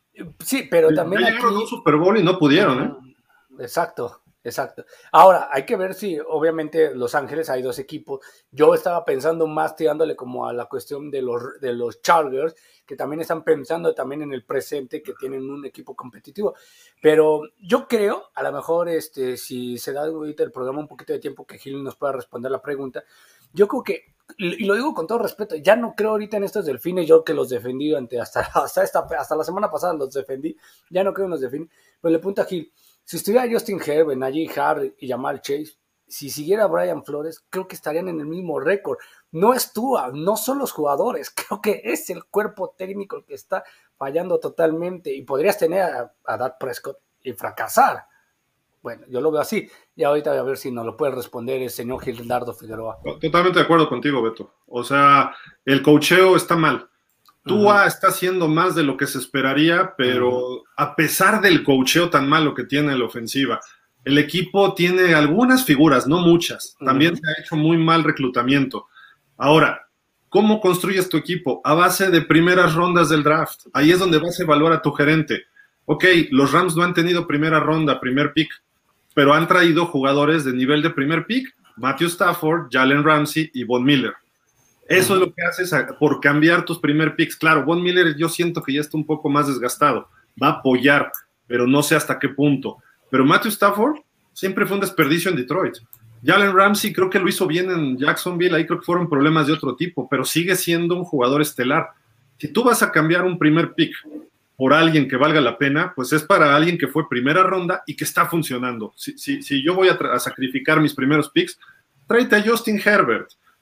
Sí, pero también. Ya llegaron a un Super Bowl y no pudieron, ¿eh? Exacto. Exacto. Ahora, hay que ver si, obviamente, Los Ángeles hay dos equipos. Yo estaba pensando más tirándole como a la cuestión de los, de los Chargers, que también están pensando también en el presente, que tienen un equipo competitivo. Pero yo creo, a lo mejor, este, si se da ahorita el programa un poquito de tiempo que Gil nos pueda responder la pregunta, yo creo que, y lo digo con todo respeto, ya no creo ahorita en estos delfines, yo que los defendí ante, hasta, hasta, esta, hasta la semana pasada los defendí, ya no creo en los delfines, pero le pregunto a Gil, si estuviera Justin Herbert, Najee Harris y Ja'Marr Chase, si siguiera Brian Flores, creo que estarían en el mismo récord. No es Tua, no son los jugadores, creo que es el cuerpo técnico el que está fallando totalmente y podrías tener a, a Dak Prescott y fracasar. Bueno, yo lo veo así. Y ahorita voy a ver si nos lo puede responder el señor Gildardo Figueroa. Totalmente de acuerdo contigo, Beto. O sea, el coacheo está mal. Tua uh-huh. está haciendo más de lo que se esperaría, pero uh-huh. a pesar del coacheo tan malo que tiene la ofensiva, el equipo tiene algunas figuras, no muchas. También uh-huh. se ha hecho muy mal reclutamiento. Ahora, ¿cómo construyes tu equipo? A base de primeras rondas del draft. Ahí es donde vas a evaluar a tu gerente. Ok, los Rams no han tenido primera ronda, primer pick, pero han traído jugadores de nivel de primer pick, Matthew Stafford, Jalen Ramsey y Von Miller. Eso es lo que haces por cambiar tus primer picks. Claro, Von Miller yo siento que ya está un poco más desgastado. Va a apoyar, pero no sé hasta qué punto. Pero Matthew Stafford siempre fue un desperdicio en Detroit. Jalen Ramsey creo que lo hizo bien en Jacksonville. Ahí creo que fueron problemas de otro tipo, pero sigue siendo un jugador estelar. Si tú vas a cambiar un primer pick por alguien que valga la pena, pues es para alguien que fue primera ronda y que está funcionando. Si, si, si yo voy a, a sacrificar mis primeros picks, tráete a Justin Herbert,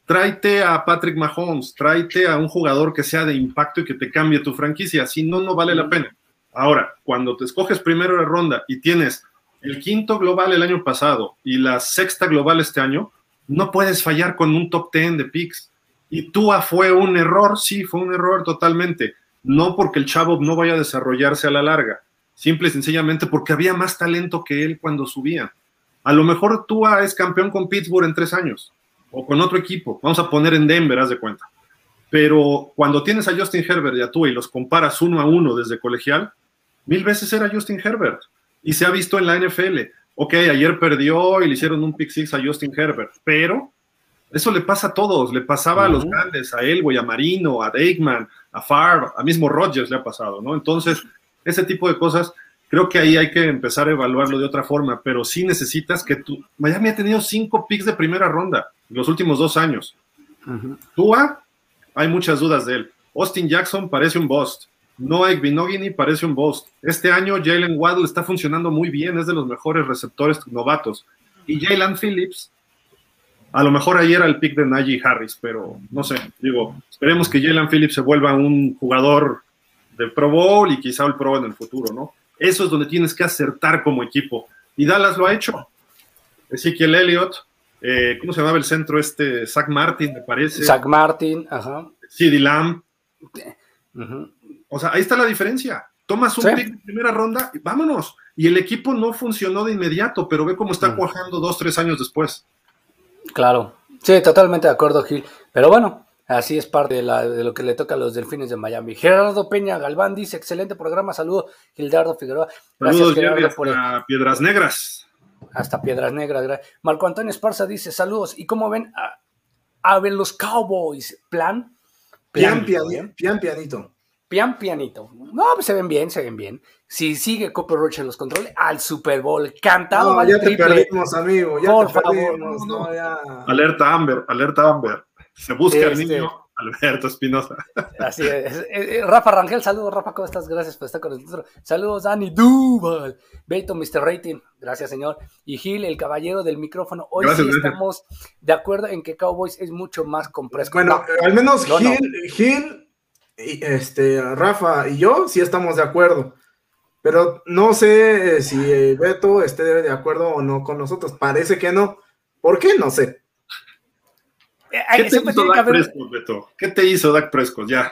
tráete a Patrick Mahomes, tráete a un jugador que sea de impacto y que te cambie tu franquicia, si no, no vale la pena. Ahora, cuando te escoges primero de ronda y tienes el quinto global el año pasado y la sexta global este año, no puedes fallar con un top diez de picks. Y Tua fue un error, sí, fue un error totalmente. No porque el chavo no vaya a desarrollarse a la larga, simple y sencillamente porque había más talento que él cuando subía. A lo mejor Tua es campeón con Pittsburgh en tres años, o con otro equipo, vamos a poner en Denver, haz de cuenta. Pero cuando tienes a Justin Herbert y a Tua y los comparas uno a uno desde colegial, mil veces era Justin Herbert, y se ha visto en la N F L. Ok, ayer perdió y le hicieron un pick six a Justin Herbert, pero eso le pasa a todos, le pasaba uh-huh. a los grandes, a Elway, a Marino, a Aikman, a Favre, a mismo Rodgers le ha pasado, ¿no? Entonces, ese tipo de cosas, creo que ahí hay que empezar a evaluarlo de otra forma, pero sí necesitas que tú, Miami ha tenido cinco picks de primera ronda en los últimos dos años. Uh-huh. Tua, hay muchas dudas de él. Austin Jackson parece un bust. Noah Igbinoghene parece un bust. Este año Jalen Waddle está funcionando muy bien, es de los mejores receptores novatos. Y Jalen Phillips, a lo mejor ahí era el pick de Najee Harris, pero no sé, digo, esperemos que Jalen Phillips se vuelva un jugador de Pro Bowl y quizá el Pro en el futuro, ¿no? Eso es donde tienes que acertar como equipo. Y Dallas lo ha hecho. Ezekiel Elliott, eh, ¿cómo se llamaba el centro este? Zach Martin, me parece. Zach Martin, ajá. CeeDee Lamb. Uh-huh. O sea, ahí está la diferencia. Tomas un ¿Sí? pick de primera ronda y vámonos. Y el equipo no funcionó de inmediato, pero ve cómo está uh-huh. cuajando dos, tres años después. Claro. Sí, totalmente de acuerdo, Gil. Pero bueno, así es parte de, la, de lo que le toca a los Delfines de Miami. Gerardo Peña Galván dice, excelente programa, saludo. Gildardo Figueroa. Gracias, saludos, Gerardo, Jerry, por el... Piedras Negras. Hasta Piedras Negras. Marco Antonio Esparza dice, saludos. ¿Y cómo ven a, a ver los Cowboys? ¿Plan? Pian, pian, pian pianito. Pian pianito. No, pues se ven bien, se ven bien. Si sigue Cooper Rush en los controles, al Super Bowl. Cantado. No, ya te triple. perdimos, amigo. Ya Por te favor. perdimos. No, ya. Alerta Amber, alerta Amber. Se busca este... el niño Alberto Espinosa. Así es. Rafa Rangel, saludos, Rafa, ¿cómo estás? Gracias por estar con nosotros. Saludos, Dani Duval. Beto, mister Rating. Gracias, señor. Y Gil, el caballero del micrófono. Hoy gracias, sí gracias. Estamos de acuerdo en que Cowboys es mucho más con Prescott. Bueno, no, al menos no, Gil, no. Gil y este, Rafa y yo sí estamos de acuerdo. Pero no sé eh, si Beto esté de acuerdo o no con nosotros. Parece que no. ¿Por qué? No sé. ¿Qué te hizo Dak haber... Prescott, Beto? ¿Qué te hizo Dak Prescott? Ya.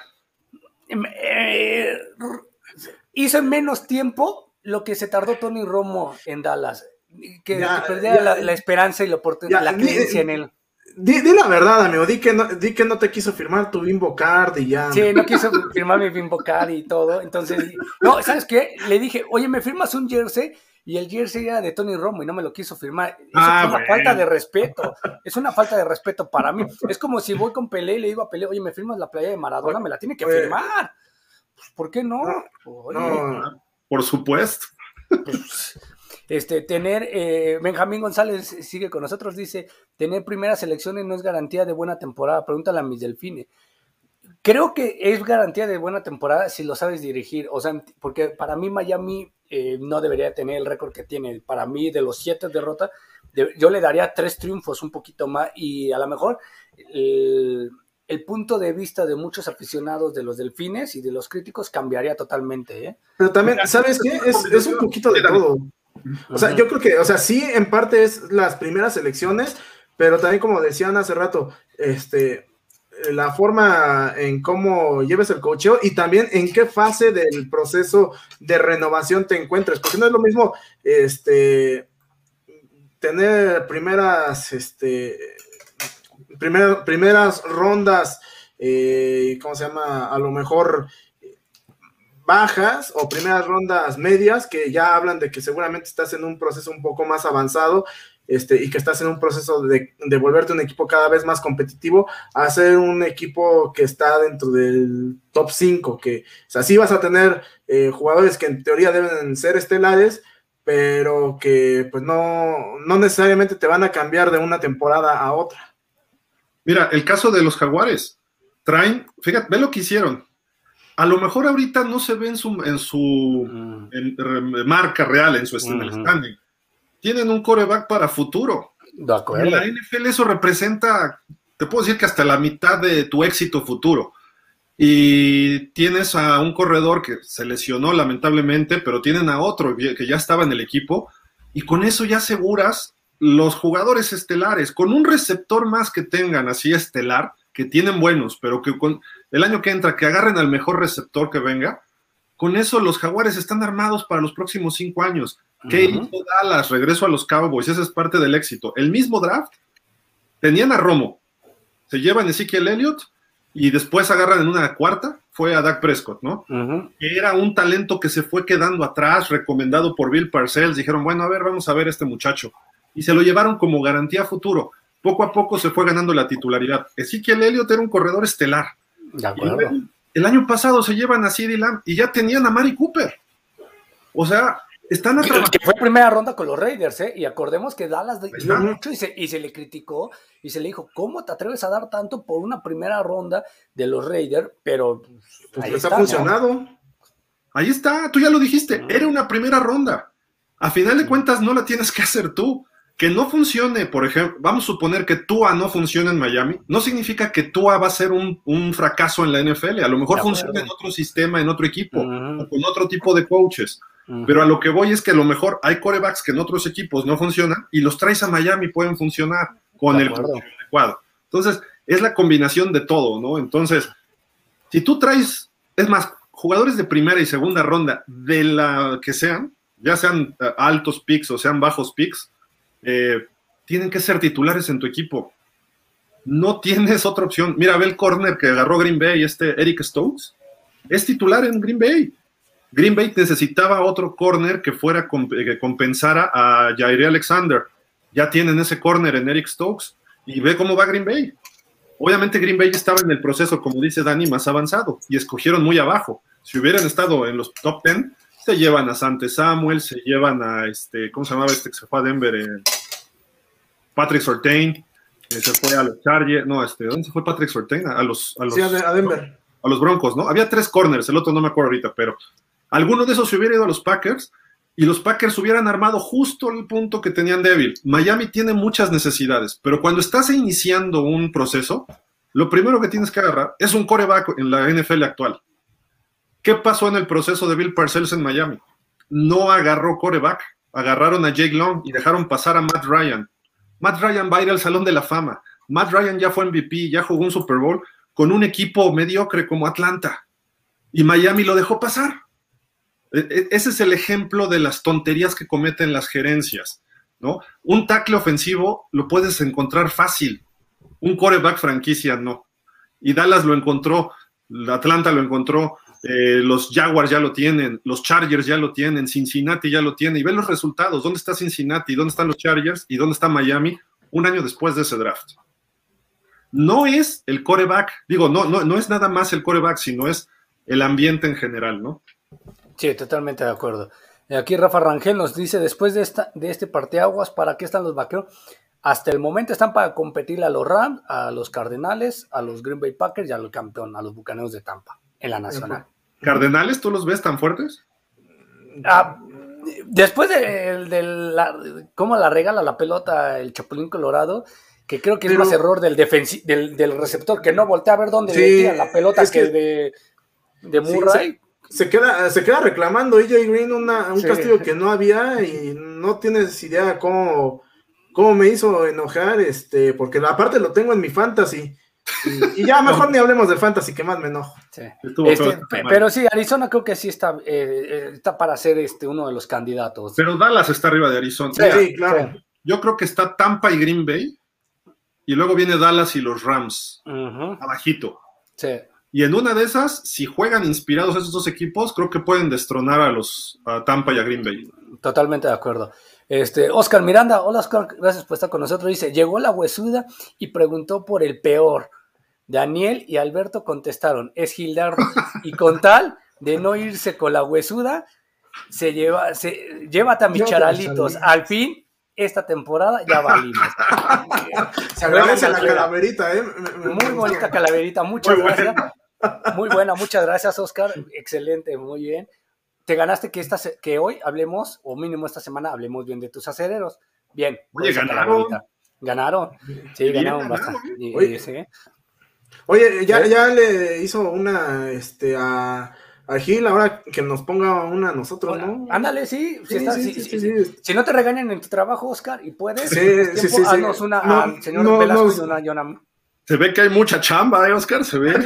Eh, hizo en menos tiempo lo que se tardó Tony Romo en Dallas. Que, ya, que perdía ya, la, la esperanza y la oportunidad, la creencia en él. Di, di la verdad, amigo. Di que, no, di que no te quiso firmar tu Bimbo Card y ya. Sí, no quiso firmar mi Bimbo Card y todo. Entonces, no, ¿sabes qué? Le dije, oye, ¿me firmas un jersey? Y el jersey era de Tony Romo y no me lo quiso firmar. Eso ah, es una bueno. falta de respeto. Es una falta de respeto para mí. Es como si voy con Pelé y le digo a Pelé, oye, ¿me firmas la playa de Maradona? Me la tiene que firmar. Pues, ¿por qué no? Oye, no, por supuesto. Pues, este, tener, eh, Benjamín González sigue con nosotros, dice, tener primeras selecciones no es garantía de buena temporada. Pregúntale a mis Delfines. Creo que es garantía de buena temporada si lo sabes dirigir. O sea, porque para mí Miami... Eh, no debería tener el récord que tiene. Para mí, de los siete derrotas, de, yo le daría tres triunfos, un poquito más, y a lo mejor el, el punto de vista de muchos aficionados de los Delfines y de los críticos cambiaría totalmente, ¿eh? Pero también, ¿sabes qué? Es, es un poquito de todo. O sea, yo creo que, o sea, sí, en parte es las primeras elecciones, pero también, como decían hace rato, este... la forma en cómo lleves el coacheo y también en qué fase del proceso de renovación te encuentres, porque no es lo mismo este, tener primeras este, primer, primeras rondas, eh, ¿cómo se llama? A lo mejor bajas o primeras rondas medias que ya hablan de que seguramente estás en un proceso un poco más avanzado. Este, y que estás en un proceso de, de volverte un equipo cada vez más competitivo, a ser un equipo que está dentro del top cinco, que, o sea, sí vas a tener eh, jugadores que en teoría deben ser estelares, pero que pues no, no necesariamente te van a cambiar de una temporada a otra. Mira, el caso de los Jaguares, traen, fíjate, ve lo que hicieron. A lo mejor ahorita no se ve en su, en su uh-huh. en, en, marca real, en su uh-huh. en el standing. Tienen un quarterback para futuro. De acuerdo. En la N F L eso representa te puedo decir que hasta la mitad de tu éxito futuro. Y tienes a un corredor que se lesionó lamentablemente, pero tienen a otro que ya estaba en el equipo, y con eso ya aseguras los jugadores estelares, con un receptor más que tengan así estelar, que tienen buenos, pero que con el año que entra, que agarren al mejor receptor que venga, con eso los Jaguares están armados para los próximos cinco años. ¿Qué uh-huh. hizo Dallas? Regreso a los Cowboys, ese es parte del éxito. El mismo draft, tenían a Romo, se llevan a Ezekiel Elliott, y después agarran en una cuarta, fue a Dak Prescott, ¿no? Uh-huh. Que era un talento que se fue quedando atrás, recomendado por Bill Parcells, dijeron, bueno, a ver, vamos a ver este muchacho, y se lo llevaron como garantía futuro. Poco a poco se fue ganando la titularidad. Ezekiel Elliott era un corredor estelar. De acuerdo. El, el año pasado se llevan a CeeDee Lamb y ya tenían a Mari Cooper. O sea, están a trabajar. Que fue primera ronda con los Raiders, ¿eh? Y acordemos que Dallas dio mucho y se, y se le criticó y se le dijo, ¿cómo te atreves a dar tanto por una primera ronda de los Raiders? Pero pues ahí está, ha funcionado. ¿No? Ahí está, tú ya lo dijiste, no. Era una primera ronda. A final de cuentas no la tienes que hacer tú. Que no funcione, por ejemplo, vamos a suponer que Tua no funciona en Miami, no significa que Tua va a ser un, un fracaso en la N F L, a lo mejor funciona en otro sistema, en otro equipo, uh-huh. o con otro tipo de coaches, uh-huh. pero a lo que voy es que a lo mejor hay quarterbacks que en otros equipos no funcionan, y los traes a Miami pueden funcionar con el adecuado. Entonces, es la combinación de todo, ¿no? Entonces, si tú traes, es más, jugadores de primera y segunda ronda, de la que sean, ya sean uh, altos picks o sean bajos picks, Eh, tienen que ser titulares en tu equipo. No tienes otra opción. Mira, ve el corner que agarró Green Bay, este Eric Stokes, es titular en Green Bay. Green Bay necesitaba otro corner que fuera que compensara a Jair Alexander. Ya tienen ese corner en Eric Stokes y ve cómo va Green Bay. Obviamente Green Bay estaba en el proceso, como dice Dani, más avanzado y escogieron muy abajo. Si hubieran estado en los top ten, se llevan a Sante Samuel, se llevan a este, ¿cómo se llamaba este que se fue a Denver? Eh, Patrick Surtain, eh, se fue a los Chargers, no, este, ¿dónde se fue Patrick Surtain? A los, a los, sí, a Denver. A los Broncos, ¿no? Había tres corners, el otro no me acuerdo ahorita, pero alguno de esos se hubiera ido a los Packers y los Packers hubieran armado justo el punto que tenían débil. Miami tiene muchas necesidades, pero cuando estás iniciando un proceso, lo primero que tienes que agarrar es un quarterback en la N F L actual. ¿Qué pasó en el proceso de Bill Parcells en Miami? No agarró quarterback, agarraron a Jake Long y dejaron pasar a Matt Ryan. Matt Ryan va a ir al Salón de la Fama. Matt Ryan ya fue M V P, ya jugó un Super Bowl con un equipo mediocre como Atlanta. Y Miami lo dejó pasar. Ese es el ejemplo de las tonterías que cometen las gerencias, ¿no? Un tackle ofensivo lo puedes encontrar fácil. Un quarterback franquicia no. Y Dallas lo encontró, Atlanta lo encontró, Eh, los Jaguars ya lo tienen, los Chargers ya lo tienen, Cincinnati ya lo tiene, y ven los resultados, ¿dónde está Cincinnati? ¿Dónde están los Chargers? ¿Y dónde está Miami? Un año después de ese draft. No es el quarterback, digo, no, no, no es nada más el quarterback, sino es el ambiente en general, ¿no? Sí, totalmente de acuerdo. Aquí Rafa Rangel nos dice, después de, esta, de este parteaguas, ¿para qué están los Vaqueros? Hasta el momento están para competir a los Rams, a los Cardenales, a los Green Bay Packers y a los campeón, a los Bucaneros de Tampa. En la nacional. ¿Cardenales tú los ves tan fuertes? Ah, después de, de la, cómo la regala la pelota el Chapulín Colorado, que creo que es Pero, más error del, defensi- del, del receptor, que no voltea a ver dónde sí, le tira la pelota que, que de, de Murray. Sí, se, se, queda, se queda reclamando A J Green una, un sí. castigo que no había y no tienes idea cómo, cómo me hizo enojar, este, porque aparte lo tengo en mi fantasy. Y, y ya mejor ni hablemos de fantasy, que más me enojo. Sí. Este, pero sí, Arizona creo que sí está, eh, está para ser este, uno de los candidatos. Pero Dallas está arriba de Arizona. Sí, Mira, sí, claro. Yo creo que está Tampa y Green Bay, y luego viene Dallas y los Rams, uh-huh. abajito. Sí. Y en una de esas, si juegan inspirados esos dos equipos, creo que pueden destronar a los a Tampa y a Green Bay. Totalmente de acuerdo. Este, Oscar Miranda, hola Oscar, gracias por estar con nosotros. Dice, llegó la huesuda y preguntó por el peor. Daniel y Alberto contestaron, es Gildardo. Y con tal de no irse con la huesuda, se lleva, se, llévate a mis charalitos. Al fin, esta temporada ya valimos. Se agradece la calaverita, ¿eh? Muy bonita calaverita, muchas muy gracias. Buena. Muy buena, muchas gracias, Oscar. Excelente, muy bien. Te ganaste que, esta, que hoy hablemos, o mínimo esta semana, hablemos bien de tus acereros. Bien. Oye, ganaron. Ganaron, sí, Bien ganaron ganado, bastante. ¿eh? Y- Oye. y- sí. Oye, ya, ¿Eh? ya le hizo una este, a, a Gil, ahora que nos ponga una a nosotros, Hola, ¿no? ándale, sí, si, Sí, está, sí, si, sí, si- sí, sí. si no te regañan en tu trabajo, Oscar, y puedes, Sí, es sí, tiempo, sí, sí. haznos una No, al señor no, Velasco no. y una a Jonam. Se ve que hay mucha chamba, ¿eh, Oscar? Se ve.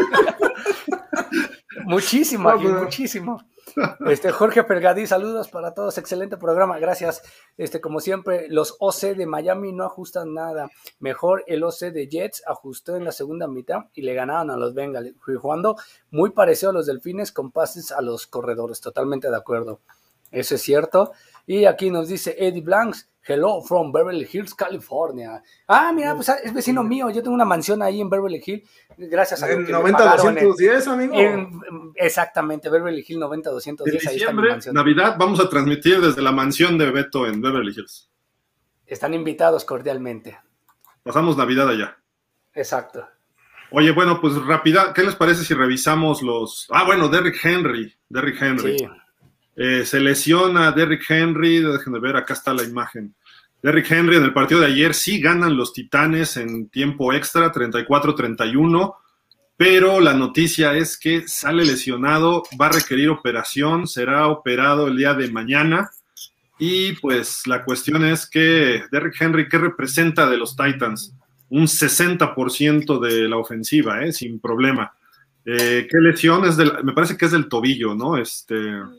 Muchísima, No, Gil, pero- muchísimo. Este, Jorge Pergadí, saludos para todos, excelente programa, gracias. Este, como siempre, los O C de Miami no ajustan nada. Mejor el O C de Jets ajustó en la segunda mitad y le ganaron a los Bengals, jugando muy parecido a los Delfines con pases a los corredores, totalmente de acuerdo. Eso es cierto. Y aquí nos dice Eddie Blanks, hello from Beverly Hills, California. Ah, mira, pues es vecino mío, yo tengo una mansión ahí en Beverly Hills, gracias a lo En que me noventa pagaron en- doscientos diez, amigo. en- exactamente, Beverly Hills noventa doscientos En diez, ahí está mi diciembre, mansión. Navidad, vamos a transmitir desde la mansión de Beto en Beverly Hills. Están invitados cordialmente. Pasamos Navidad allá. Exacto. Oye, bueno, pues rápida, ¿qué les parece si revisamos los... Ah, bueno, Derrick Henry, Derrick Henry. Sí. Eh, se lesiona Derrick Henry, déjenme ver, acá está la imagen. Derrick Henry en el partido de ayer sí ganan los Titanes en tiempo extra, treinta y cuatro a treinta y uno, pero la noticia es que sale lesionado, va a requerir operación, será operado el día de mañana, y pues la cuestión es que Derrick Henry, ¿qué representa de los Titans? Un sesenta por ciento de la ofensiva, ¿eh? Sin problema. Eh, ¿Qué lesión es del, me parece que es del tobillo, ¿no? Este...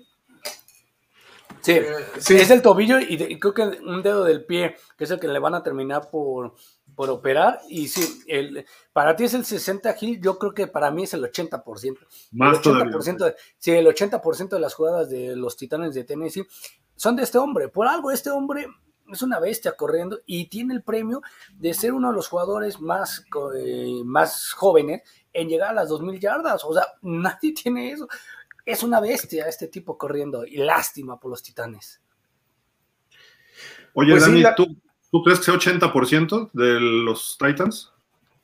Sí, Eh, sí. es el tobillo y, de- y creo que un dedo del pie, que es el que le van a terminar por, por operar. Y sí, el, para ti es el sesenta, Gil, yo creo que para mí es el ochenta por ciento. Más el ochenta todavía. por ciento de, sí, el ochenta por ciento de las jugadas de los Titanes de Tennessee son de este hombre. Por algo, este hombre es una bestia corriendo y tiene el premio de ser uno de los jugadores más, eh, más jóvenes en llegar a las dos mil yardas. O sea, nadie tiene eso. Es una bestia este tipo corriendo y lástima por los Titanes. Oye, Pues sí, Dani, la- ¿tú, ¿tú crees que sea ochenta por ciento de los Titans?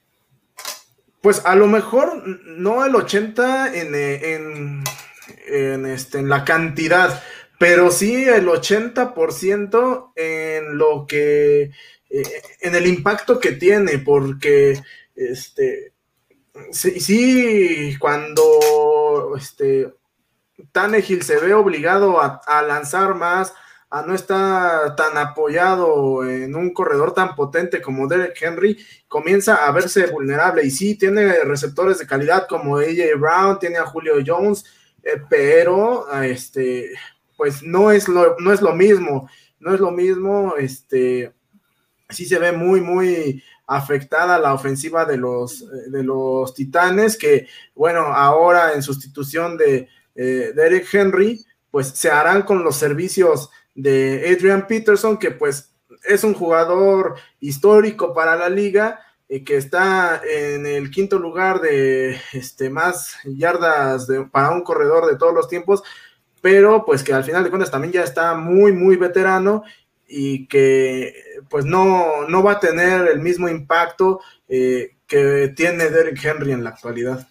Pues a lo mejor no el ochenta en, eh, en, en, este, en la cantidad, pero sí el ochenta por ciento en lo que, eh, en el impacto que tiene, porque este, sí, sí cuando este, Tannehill se ve obligado a, a lanzar más, a no estar tan apoyado en un corredor tan potente como Derrick Henry, comienza a verse vulnerable. Y sí, tiene receptores de calidad como A J Brown, tiene a Julio Jones, eh, pero este, pues no es lo, no es lo mismo, no es lo mismo, este, sí se ve muy, muy afectada la ofensiva de los, de los Titanes, que bueno, ahora en sustitución de eh, Derrick Henry, pues se harán con los servicios de Adrian Peterson, que pues es un jugador histórico para la liga, eh, que está en el quinto lugar de este, más yardas de, para un corredor de todos los tiempos, pero pues que al final de cuentas también ya está muy, muy veterano y que pues no, no va a tener el mismo impacto eh, que tiene Derrick Henry en la actualidad.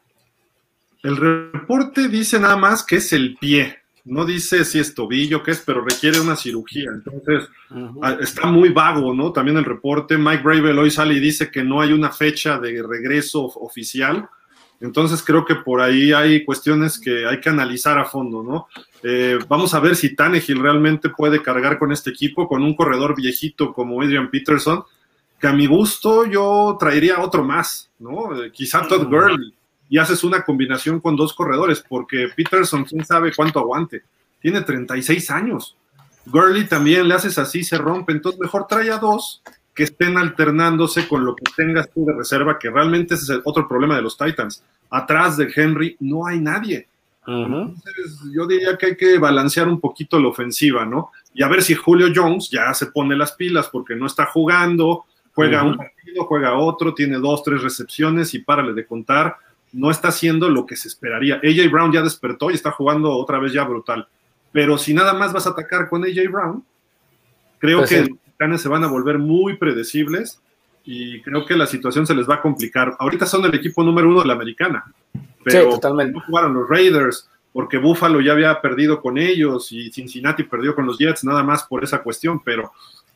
El reporte dice nada más que es el pie, no dice si es tobillo, qué es, pero requiere una cirugía. Entonces, uh-huh. está muy vago, ¿no? También el reporte. Mike Vrabel hoy sale y dice que no hay una fecha de regreso oficial. Entonces, creo que por ahí hay cuestiones que hay que analizar a fondo, ¿no? Eh, vamos a ver si Tannehill realmente puede cargar con este equipo, con un corredor viejito como Adrian Peterson, que a mi gusto yo traería otro más, ¿no? Eh, quizá Todd Gurley. Y haces una combinación con dos corredores, porque Peterson, quién sabe cuánto aguante, tiene treinta y seis años, Gurley también le haces así, se rompe, entonces mejor trae a dos que estén alternándose con lo que tengas tú de reserva, que realmente ese es el otro problema de los Titans, atrás de Henry no hay nadie, uh-huh. Entonces yo diría que hay que balancear un poquito la ofensiva, ¿no? Y a ver si Julio Jones ya se pone las pilas, porque no está jugando, juega uh-huh. un partido, juega otro, tiene dos, tres recepciones y párale de contar. No está haciendo lo que se esperaría. A J Brown ya despertó y está jugando otra vez ya brutal. Pero si nada más vas a atacar con A J Brown, creo pues que sí. Los Titanes se van a volver muy predecibles y creo que la situación se les va a complicar. Ahorita son el equipo número uno de la americana. Pero sí, totalmente. No jugaron los Raiders porque Buffalo ya había perdido con ellos y Cincinnati perdió con los Jets, nada más por esa cuestión. Pero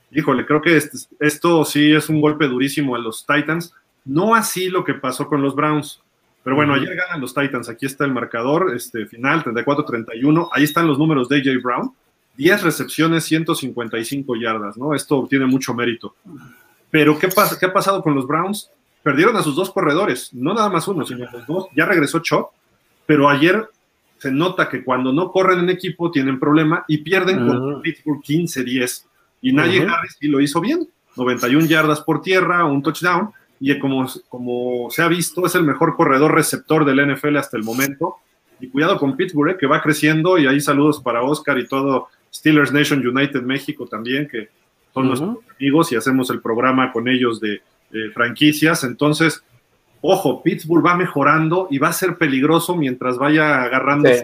híjole, creo que este, esto sí es un golpe durísimo a los Titans. No así lo que pasó con los Browns. Pero bueno, uh-huh. ayer ganan los Titans. Aquí está el marcador este, final, treinta y cuatro a treinta y uno. Ahí están los números de A J Brown. diez recepciones, ciento cincuenta y cinco yardas, ¿no? Esto tiene mucho mérito. Pero ¿qué, pasa, ¿qué ha pasado con los Browns? Perdieron a sus dos corredores. No nada más uno, sino los dos. Ya regresó Chop. Pero ayer se nota que cuando no corren en equipo tienen problema y pierden uh-huh. con Pittsburgh quince diez. Y Najee uh-huh. Harris sí lo hizo bien. noventa y una yardas por tierra, un touchdown. Y como, como se ha visto, es el mejor corredor receptor del N F L hasta el momento. Y cuidado con Pittsburgh, eh, que va creciendo. Y ahí saludos para Oscar y todo Steelers Nation United México también, que son uh-huh. nuestros amigos y hacemos el programa con ellos de eh, franquicias. Entonces, ojo, Pittsburgh va mejorando y va a ser peligroso mientras vaya agarrando. Sí.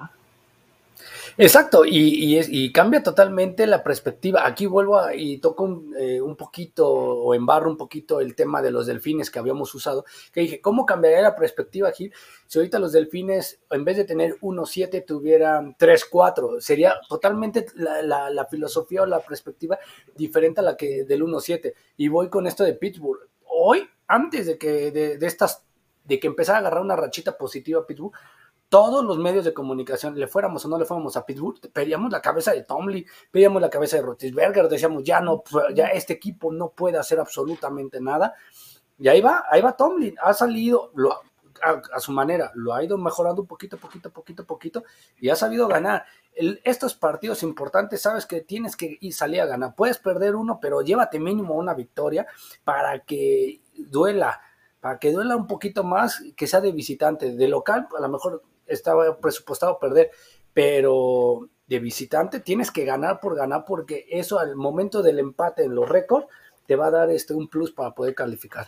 Exacto, y, y, es, y cambia totalmente la perspectiva. Aquí vuelvo a, y toco un, eh, un poquito o embarro un poquito el tema de los Delfines que habíamos usado, que dije, ¿cómo cambiaría la perspectiva aquí si ahorita los Delfines en vez de tener uno siete tuvieran tres cuatro? Sería totalmente la, la, la filosofía o la perspectiva diferente a la que del uno siete. Y voy con esto de Pittsburgh. Hoy, antes de que de, de estas de que empezara a agarrar una rachita positiva a Pittsburgh, todos los medios de comunicación, le fuéramos o no le fuéramos a Pittsburgh, pedíamos la cabeza de Tomlin, pedíamos la cabeza de Roethlisberger, decíamos, ya no, ya este equipo no puede hacer absolutamente nada. Y ahí va, ahí va Tomlin, ha salido lo, a, a su manera, lo ha ido mejorando un poquito, poquito, poquito, poquito, y ha sabido ganar. El, estos partidos importantes, sabes que tienes que ir, salir a ganar. Puedes perder uno, pero llévate mínimo una victoria para que duela, para que duela un poquito más, que sea de visitante. De local, a lo mejor estaba presupuestado perder, pero de visitante tienes que ganar por ganar, porque eso al momento del empate en los récords te va a dar este un plus para poder calificar.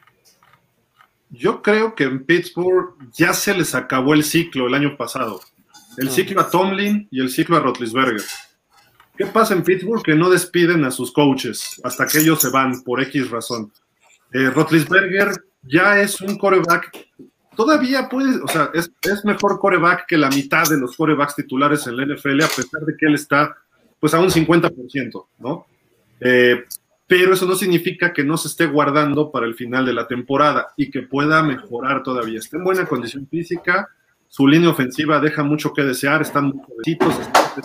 Yo creo que en Pittsburgh ya se les acabó el ciclo el año pasado. El ciclo a Tomlin y el ciclo a Roethlisberger. ¿Qué pasa en Pittsburgh? Que no despiden a sus coaches hasta que ellos se van por X razón. Eh, Roethlisberger ya es un quarterback. Todavía puede, o sea, es, es mejor quarterback que la mitad de los quarterbacks titulares en la N F L, a pesar de que él está pues a un cincuenta por ciento, ¿no? Eh, pero eso no significa que no se esté guardando para el final de la temporada y que pueda mejorar todavía. Está en buena condición física, su línea ofensiva deja mucho que desear, están muy jovencitos,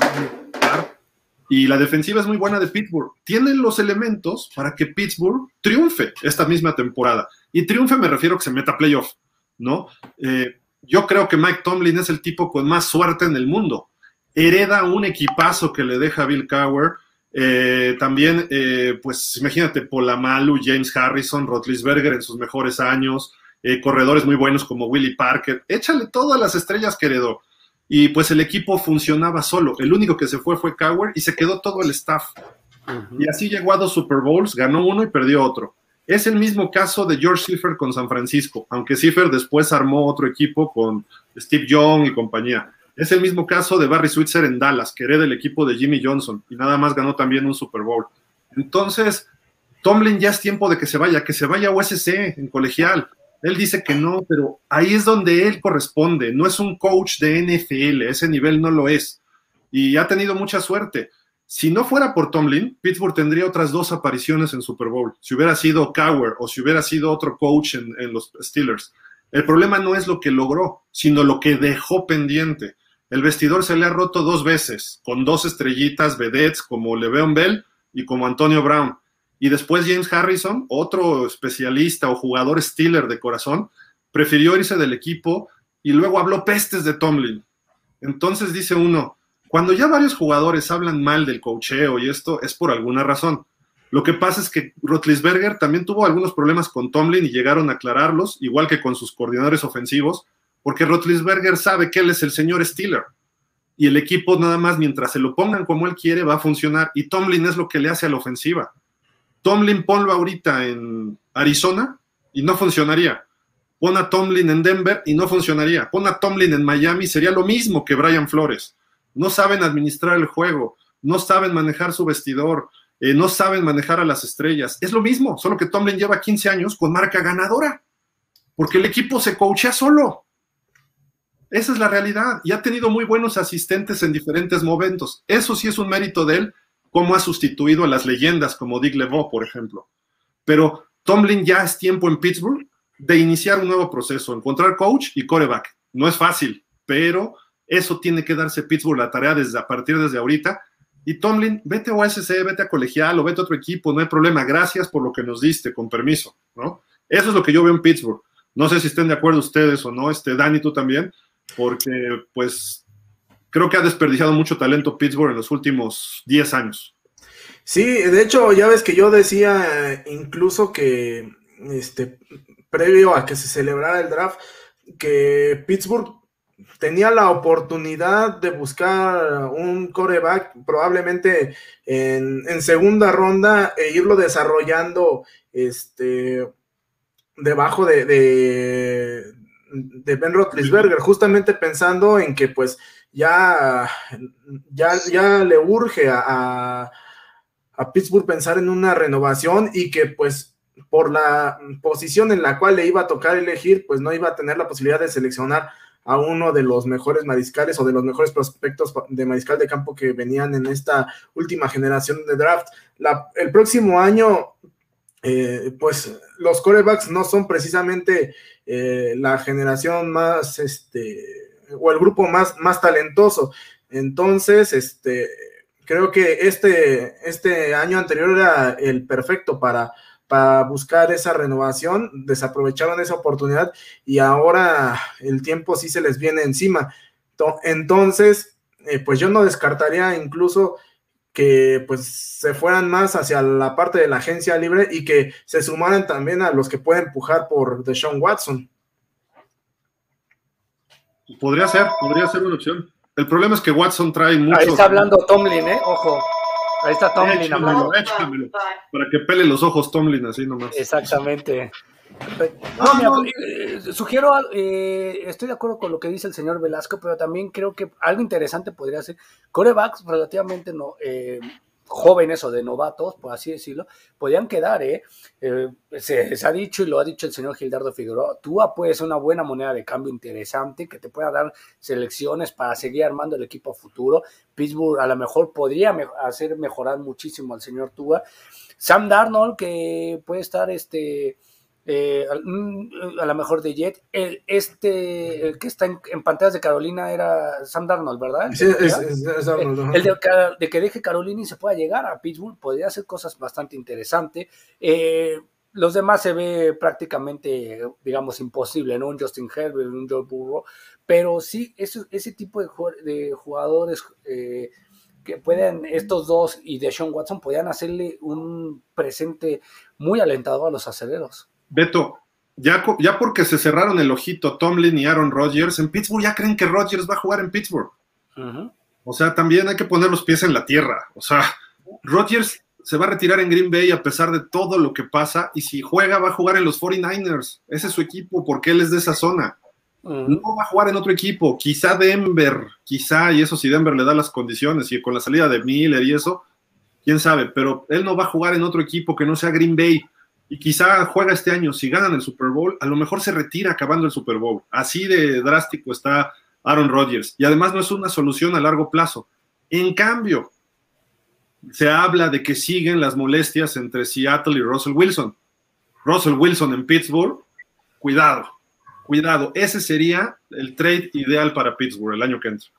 están y la defensiva es muy buena de Pittsburgh. Tienen los elementos para que Pittsburgh triunfe esta misma temporada. Y triunfe me refiero a que se meta a playoff, ¿no? Eh, yo creo que Mike Tomlin es el tipo con más suerte en el mundo. Hereda un equipazo que le deja Bill Cowher. Eh, también, eh, pues imagínate, Polamalu, James Harrison, Roethlisberger en sus mejores años, eh, corredores muy buenos como Willie Parker. Échale todas las estrellas que heredó. Y pues el equipo funcionaba solo. El único que se fue fue Cowher y se quedó todo el staff. Uh-huh. Y así llegó a dos Super Bowls, ganó uno y perdió otro. Es el mismo caso de George Seifert con San Francisco, aunque Seifert después armó otro equipo con Steve Young y compañía. Es el mismo caso de Barry Switzer en Dallas, que hereda el equipo de Jimmy Johnson y nada más ganó también un Super Bowl. Entonces, Tomlin ya es tiempo de que se vaya, que se vaya a U S C en colegial. Él dice que no, pero ahí es donde él corresponde. No es un coach de N F L, ese nivel no lo es. Y ha tenido mucha suerte. Si no fuera por Tomlin, Pittsburgh tendría otras dos apariciones en Super Bowl. Si hubiera sido Cowher o si hubiera sido otro coach en, en los Steelers. El problema no es lo que logró, sino lo que dejó pendiente. El vestidor se le ha roto dos veces, con dos estrellitas vedettes como Le'Veon Bell y como Antonio Brown. Y después James Harrison, otro especialista o jugador Steeler de corazón, prefirió irse del equipo y luego habló pestes de Tomlin. Entonces dice uno, cuando ya varios jugadores hablan mal del coacheo y esto es por alguna razón. Lo que pasa es que Roethlisberger también tuvo algunos problemas con Tomlin y llegaron a aclararlos, igual que con sus coordinadores ofensivos, porque Roethlisberger sabe que él es el señor Steeler. Y el equipo nada más, mientras se lo pongan como él quiere, va a funcionar. Y Tomlin es lo que le hace a la ofensiva. Tomlin ponlo ahorita en Arizona y no funcionaría. Pon a Tomlin en Denver y no funcionaría. Pon a Tomlin en Miami, sería lo mismo que Brian Flores. No saben administrar el juego, no saben manejar su vestidor, eh, no saben manejar a las estrellas. Es lo mismo, solo que Tomlin lleva quince años con marca ganadora, porque el equipo se coachea solo. Esa es la realidad, y ha tenido muy buenos asistentes en diferentes momentos. Eso sí es un mérito de él, cómo ha sustituido a las leyendas como Dick LeBeau, por ejemplo. Pero Tomlin ya es tiempo en Pittsburgh de iniciar un nuevo proceso, encontrar coach y quarterback. No es fácil, pero eso tiene que darse Pittsburgh la tarea desde, a partir desde ahorita. Y Tomlin, vete a O S C, vete a colegial o vete a otro equipo, no hay problema. Gracias por lo que nos diste, con permiso, ¿no? Eso es lo que yo veo en Pittsburgh. No sé si estén de acuerdo ustedes o no, este, Dani, tú también, porque pues creo que ha desperdiciado mucho talento Pittsburgh en los últimos diez años. Sí, de hecho, ya ves que yo decía incluso que este, previo a que se celebrara el draft, que Pittsburgh tenía la oportunidad de buscar un quarterback probablemente en, en segunda ronda e irlo desarrollando este, debajo de, de, de Ben Roethlisberger, justamente pensando en que pues ya, ya, ya le urge a, a, a Pittsburgh pensar en una renovación y que pues por la posición en la cual le iba a tocar elegir, pues no iba a tener la posibilidad de seleccionar a uno de los mejores mariscales o de los mejores prospectos de mariscal de campo que venían en esta última generación de draft. La, el próximo año, eh, pues los quarterbacks no son precisamente eh, la generación más, este, o el grupo más, más talentoso. Entonces, este, creo que este, este año anterior era el perfecto para para buscar esa renovación, desaprovecharon esa oportunidad y ahora el tiempo sí se les viene encima. Entonces, eh, pues yo no descartaría incluso que pues se fueran más hacia la parte de la agencia libre y que se sumaran también a los que pueden empujar por Deshaun Watson. Podría ser, podría ser una opción. El problema es que Watson trae mucho... Ahí está hablando Tomlin, ¿eh? Ojo. Ahí está Tomlin échamelo, hablando. échamelo, para que pele los ojos Tomlin así nomás. Exactamente. No, mira, eh, sugiero, eh, estoy de acuerdo con lo que dice el señor Velasco, pero también creo que algo interesante podría ser quarterbacks relativamente no, eh, jóvenes o de novatos, por así decirlo, podrían quedar, ¿eh? eh se, se ha dicho y lo ha dicho el señor Gildardo Figueroa, Tua puede ser una buena moneda de cambio interesante que te pueda dar selecciones para seguir armando el equipo a futuro. Pittsburgh a lo mejor podría me- hacer mejorar muchísimo al señor Tua. Sam Darnold, que puede estar este eh, a, a lo mejor de Jet, el, este el que está en, en pantallas de Carolina era Sam Darnold, ¿verdad? Sí, es, es, es Darnold, el de, de que deje Carolina y se pueda llegar a Pittsburgh podría hacer cosas bastante interesantes. Eh, los demás se ve prácticamente, digamos, imposible, ¿no? Un Justin Herbert, un Joe Burrow, pero sí, ese, ese tipo de, de jugadores eh, que pueden, estos dos y Deshaun Watson, podían hacerle un presente muy alentador a los aceleros. Beto, ya, ya porque se cerraron el ojito Tomlin y Aaron Rodgers, en Pittsburgh ya creen que Rodgers va a jugar en Pittsburgh. Uh-huh. O sea, también hay que poner los pies en la tierra. O sea, Rodgers se va a retirar en Green Bay a pesar de todo lo que pasa, y si juega va a jugar en los cuarenta y nueve ers. Ese es su equipo porque él es de esa zona. Uh-huh. No va a jugar en otro equipo, quizá Denver, quizá, y eso si Denver le da las condiciones, y con la salida de Miller y eso, quién sabe, pero él no va a jugar en otro equipo que no sea Green Bay. Y quizá juega este año, si ganan el Super Bowl, a lo mejor se retira acabando el Super Bowl. Así de drástico está Aaron Rodgers. Y además no es una solución a largo plazo. En cambio, se habla de que siguen las molestias entre Seattle y Russell Wilson. Russell Wilson en Pittsburgh, cuidado, cuidado. Ese sería el trade ideal para Pittsburgh el año que entra.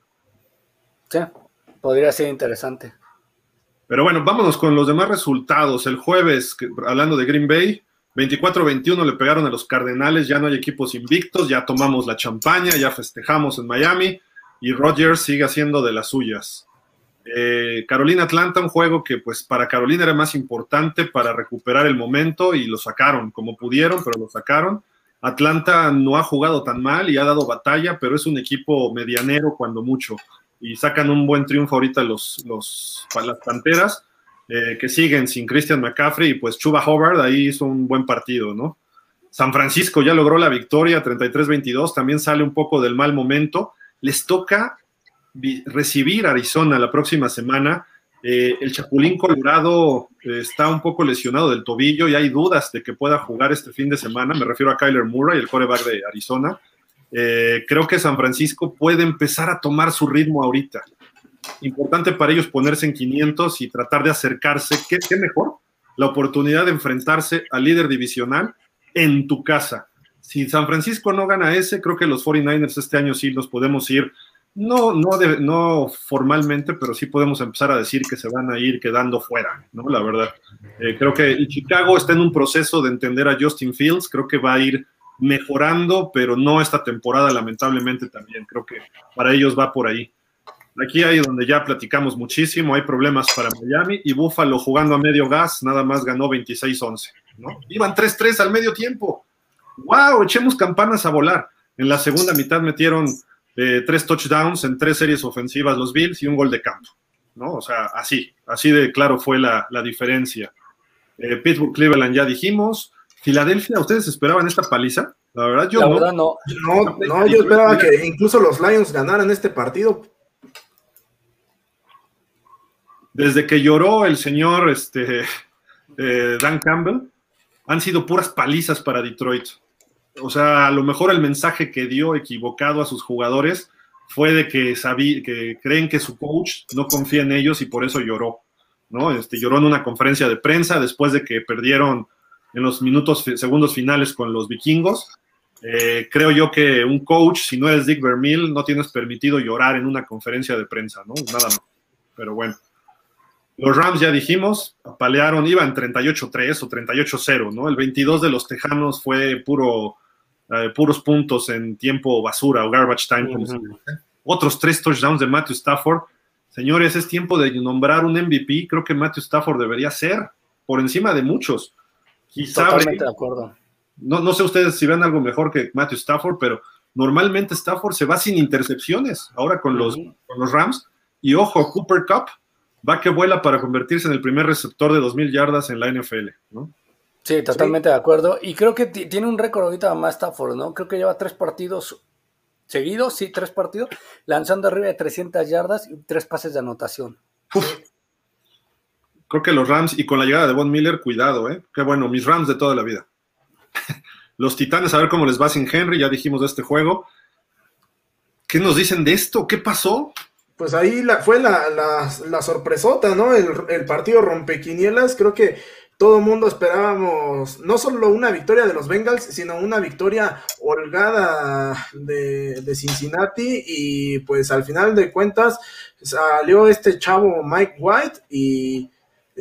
Sí, podría ser interesante. Pero bueno, vámonos con los demás resultados. El jueves, hablando de Green Bay, veinticuatro veintiuno le pegaron a los Cardenales, ya no hay equipos invictos, ya tomamos la champaña, ya festejamos en Miami, y Rodgers sigue haciendo de las suyas. Eh, Carolina-Atlanta, un juego que pues para Carolina era más importante para recuperar el momento, y lo sacaron como pudieron, pero lo sacaron. Atlanta no ha jugado tan mal y ha dado batalla, pero es un equipo medianero cuando mucho. Y sacan un buen triunfo ahorita los, los, las Panteras, eh, que siguen sin Christian McCaffrey, y pues Chuba Hubbard ahí hizo un buen partido, ¿no? San Francisco ya logró la victoria, treinta y tres veintidós, también sale un poco del mal momento. Les toca vi- recibir a Arizona la próxima semana. Eh, el Chapulín Colorado eh, está un poco lesionado del tobillo y hay dudas de que pueda jugar este fin de semana. Me refiero a Kyler Murray, el quarterback de Arizona. Eh, creo que San Francisco puede empezar a tomar su ritmo ahorita. importante para ellos ponerse en quinientos y tratar de acercarse. ¿Qué, qué mejor? La oportunidad de enfrentarse al líder divisional en tu casa. Si San Francisco no gana ese, creo que los cuarenta y nueve ers este año sí los podemos ir, no, no, de, no formalmente, pero sí podemos empezar a decir que se van a ir quedando fuera, ¿no? La verdad. Eh, creo que Chicago está en un proceso de entender a Justin Fields, creo que va a ir mejorando, pero no esta temporada, lamentablemente también. Creo que para ellos va por ahí. Aquí hay donde ya platicamos muchísimo, hay problemas para Miami, y Buffalo jugando a medio gas, nada más ganó veintiséis once, ¿no? Iban tres tres al medio tiempo. ¡Wow! Echemos campanas a volar. En la segunda mitad metieron eh, tres touchdowns en tres series ofensivas los Bills y un gol de campo, ¿no? O sea, así, así de claro fue la, la diferencia. Eh, Pittsburgh, Cleveland ya dijimos. Filadelfia, ¿ustedes esperaban esta paliza? La verdad, yo la no. Verdad, no. No, no, yo esperaba que incluso los Lions ganaran este partido. Desde que lloró el señor este, eh, Dan Campbell, han sido puras palizas para Detroit. O sea, a lo mejor el mensaje que dio equivocado a sus jugadores fue de que, sabí, que creen que su coach no confía en ellos y por eso lloró, ¿no? Este, lloró en una conferencia de prensa después de que perdieron en los minutos, segundos finales con los vikingos. Eh, creo yo que un coach, si no eres Dick Vermeil, no tienes permitido llorar en una conferencia de prensa, ¿no? Nada más. Pero bueno. Los Rams ya dijimos, apalearon, iban treinta y ocho tres o treinta y ocho cero, ¿no? El veintidós de los Tejanos fue puro, eh, puros puntos en tiempo basura o garbage time. Como uh-huh. Otros tres touchdowns de Matthew Stafford. Señores, es tiempo de nombrar un M V P. Creo que Matthew Stafford debería ser por encima de muchos. Quizá Totalmente de acuerdo. No, no sé ustedes si ven algo mejor que Matthew Stafford, pero normalmente Stafford se va sin intercepciones ahora con, uh-huh. los, con los Rams. Y ojo, Cooper Kupp va que vuela para convertirse en el primer receptor de dos mil yardas en la N F L, ¿no? Sí, totalmente sí. de acuerdo. Y creo que t- tiene un récord ahorita más Stafford, ¿no? Creo que lleva tres partidos seguidos, sí, tres partidos, lanzando arriba de trescientas yardas y tres pases de anotación. Uf. Creo que los Rams, y con la llegada de Von Miller, cuidado, ¿eh? Qué bueno, mis Rams de toda la vida. Los Titanes, a ver cómo les va sin Henry, ya dijimos de este juego. ¿Qué nos dicen de esto? ¿Qué pasó? Pues ahí la, fue la, la, la sorpresota, ¿no? El, el partido rompequinielas. Creo que todo el mundo esperábamos no solo una victoria de los Bengals, sino una victoria holgada de, de Cincinnati. Y pues al final de cuentas salió este chavo Mike White y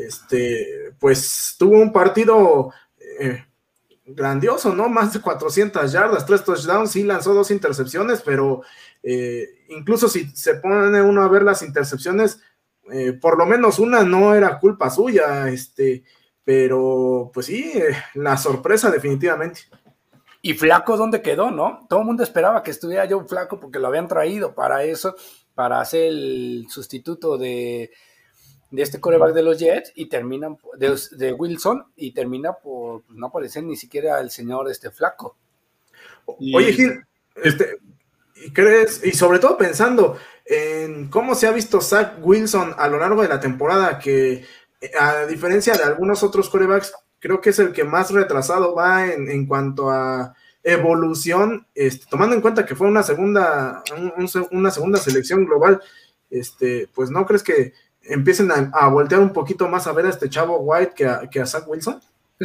este pues tuvo un partido eh, grandioso, ¿no? Más de cuatrocientas yardas, tres touchdowns, sí lanzó dos intercepciones, pero eh, incluso si se pone uno a ver las intercepciones, eh, por lo menos una no era culpa suya, este, pero pues sí, eh, la sorpresa definitivamente. Y Flaco, ¿dónde quedó, no? Todo el mundo esperaba que estuviera Joe Flaco porque lo habían traído para eso, para hacer el sustituto de, de este quarterback de los Jets, y terminan de, de Wilson, y termina por pues, no aparecer ni siquiera el señor este Flaco. Y... Oye, Gil, este... ¿Y crees? Y sobre todo pensando en cómo se ha visto Zach Wilson a lo largo de la temporada, que a diferencia de algunos otros quarterbacks, creo que es el que más retrasado va en, en cuanto a evolución, este, tomando en cuenta que fue una segunda, un, un, una segunda selección global, este, pues ¿no crees que empiecen a, a voltear un poquito más a ver a este chavo White que a, que a Zach Wilson?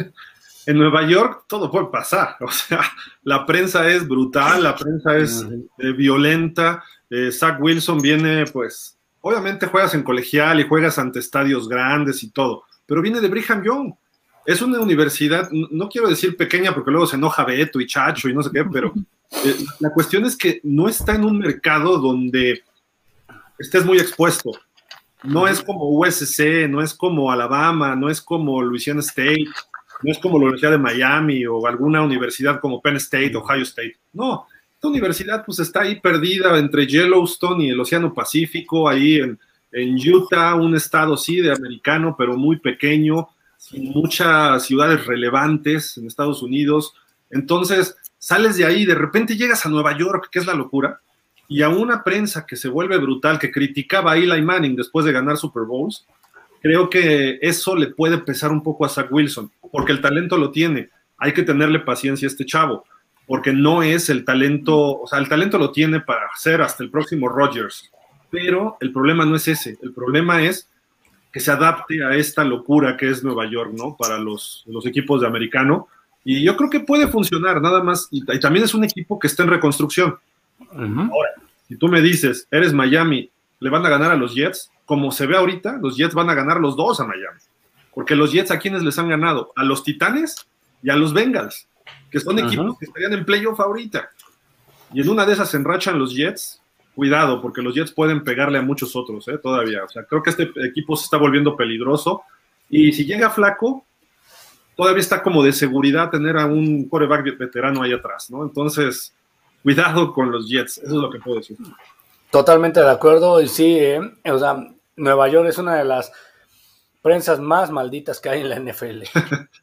En Nueva York todo puede pasar, o sea, la prensa es brutal, la prensa es eh, violenta, eh, Zach Wilson viene, pues, obviamente juegas en colegial y juegas ante estadios grandes y todo, pero viene de Brigham Young, es una universidad, no quiero decir pequeña porque luego se enoja Beto y Chacho y no sé qué, pero eh, la cuestión es que no está en un mercado donde estés muy expuesto, no es como U S C, no es como Alabama, no es como Louisiana State, no es como la Universidad de Miami o alguna universidad como Penn State, Ohio State. No, esta universidad pues está ahí perdida entre Yellowstone y el Océano Pacífico, ahí en, en Utah, un estado sí de americano, pero muy pequeño, sin muchas ciudades relevantes en Estados Unidos. Entonces, sales de ahí, de repente llegas a Nueva York, que es la locura, y a una prensa que se vuelve brutal, que criticaba a Eli Manning después de ganar Super Bowls. Creo que eso le puede pesar un poco a Zach Wilson, porque el talento lo tiene. Hay que tenerle paciencia a este chavo, porque no es el talento, o sea, el talento lo tiene para ser hasta el próximo Rodgers, pero el problema no es ese, el problema es que se adapte a esta locura que es Nueva York, ¿no? Para los, los equipos de americano, y yo creo que puede funcionar, nada más, y, y también es un equipo que está en reconstrucción. Uh-huh. Ahora, si tú me dices, eres Miami, le van a ganar a los Jets, como se ve ahorita, los Jets van a ganar los dos a Miami, porque los Jets, ¿a quiénes les han ganado? A los Titanes y a los Bengals, que son uh-huh. equipos que estarían en playoff ahorita, y en una de esas se enrachan los Jets. Cuidado, porque los Jets pueden pegarle a muchos otros, ¿eh? Todavía. O sea, creo que este equipo se está volviendo peligroso. Y si llega Flaco, todavía está como de seguridad tener a un quarterback veterano ahí atrás, ¿no? Entonces, cuidado con los Jets. Eso es lo que puedo decir. Totalmente de acuerdo. Y sí, ¿eh? O sea, Nueva York es una de las prensas más malditas que hay en la N F L.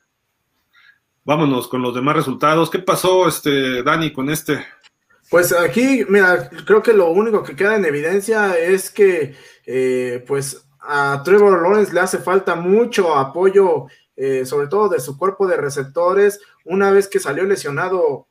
Vámonos con los demás resultados. ¿Qué pasó, este, Dani, con este? Pues aquí, mira, creo que lo único que queda en evidencia es que, eh, pues, a Trevor Lawrence le hace falta mucho apoyo, eh, sobre todo de su cuerpo de receptores. Una vez que salió lesionado,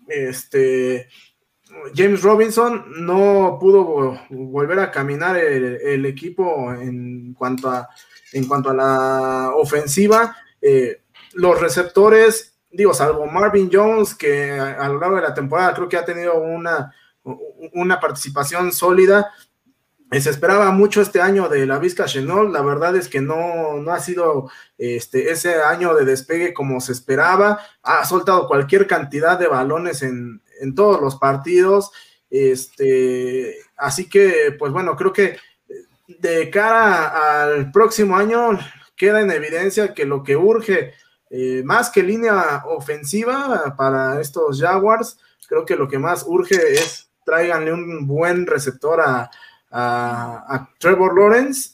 este, James Robinson no pudo volver a caminar el, el equipo en cuanto a, en cuanto a la ofensiva. Eh, los receptores, digo, salvo Marvin Jones, que a, a lo largo de la temporada creo que ha tenido una, una participación sólida. Se esperaba mucho este año de Laviska Shenault, la verdad es que no, no ha sido este, ese año de despegue como se esperaba, ha soltado cualquier cantidad de balones en, en todos los partidos, este, así que, pues bueno, creo que de cara al próximo año queda en evidencia que lo que urge, Eh, más que línea ofensiva para estos Jaguars, creo que lo que más urge es tráiganle un buen receptor a, a, a Trevor Lawrence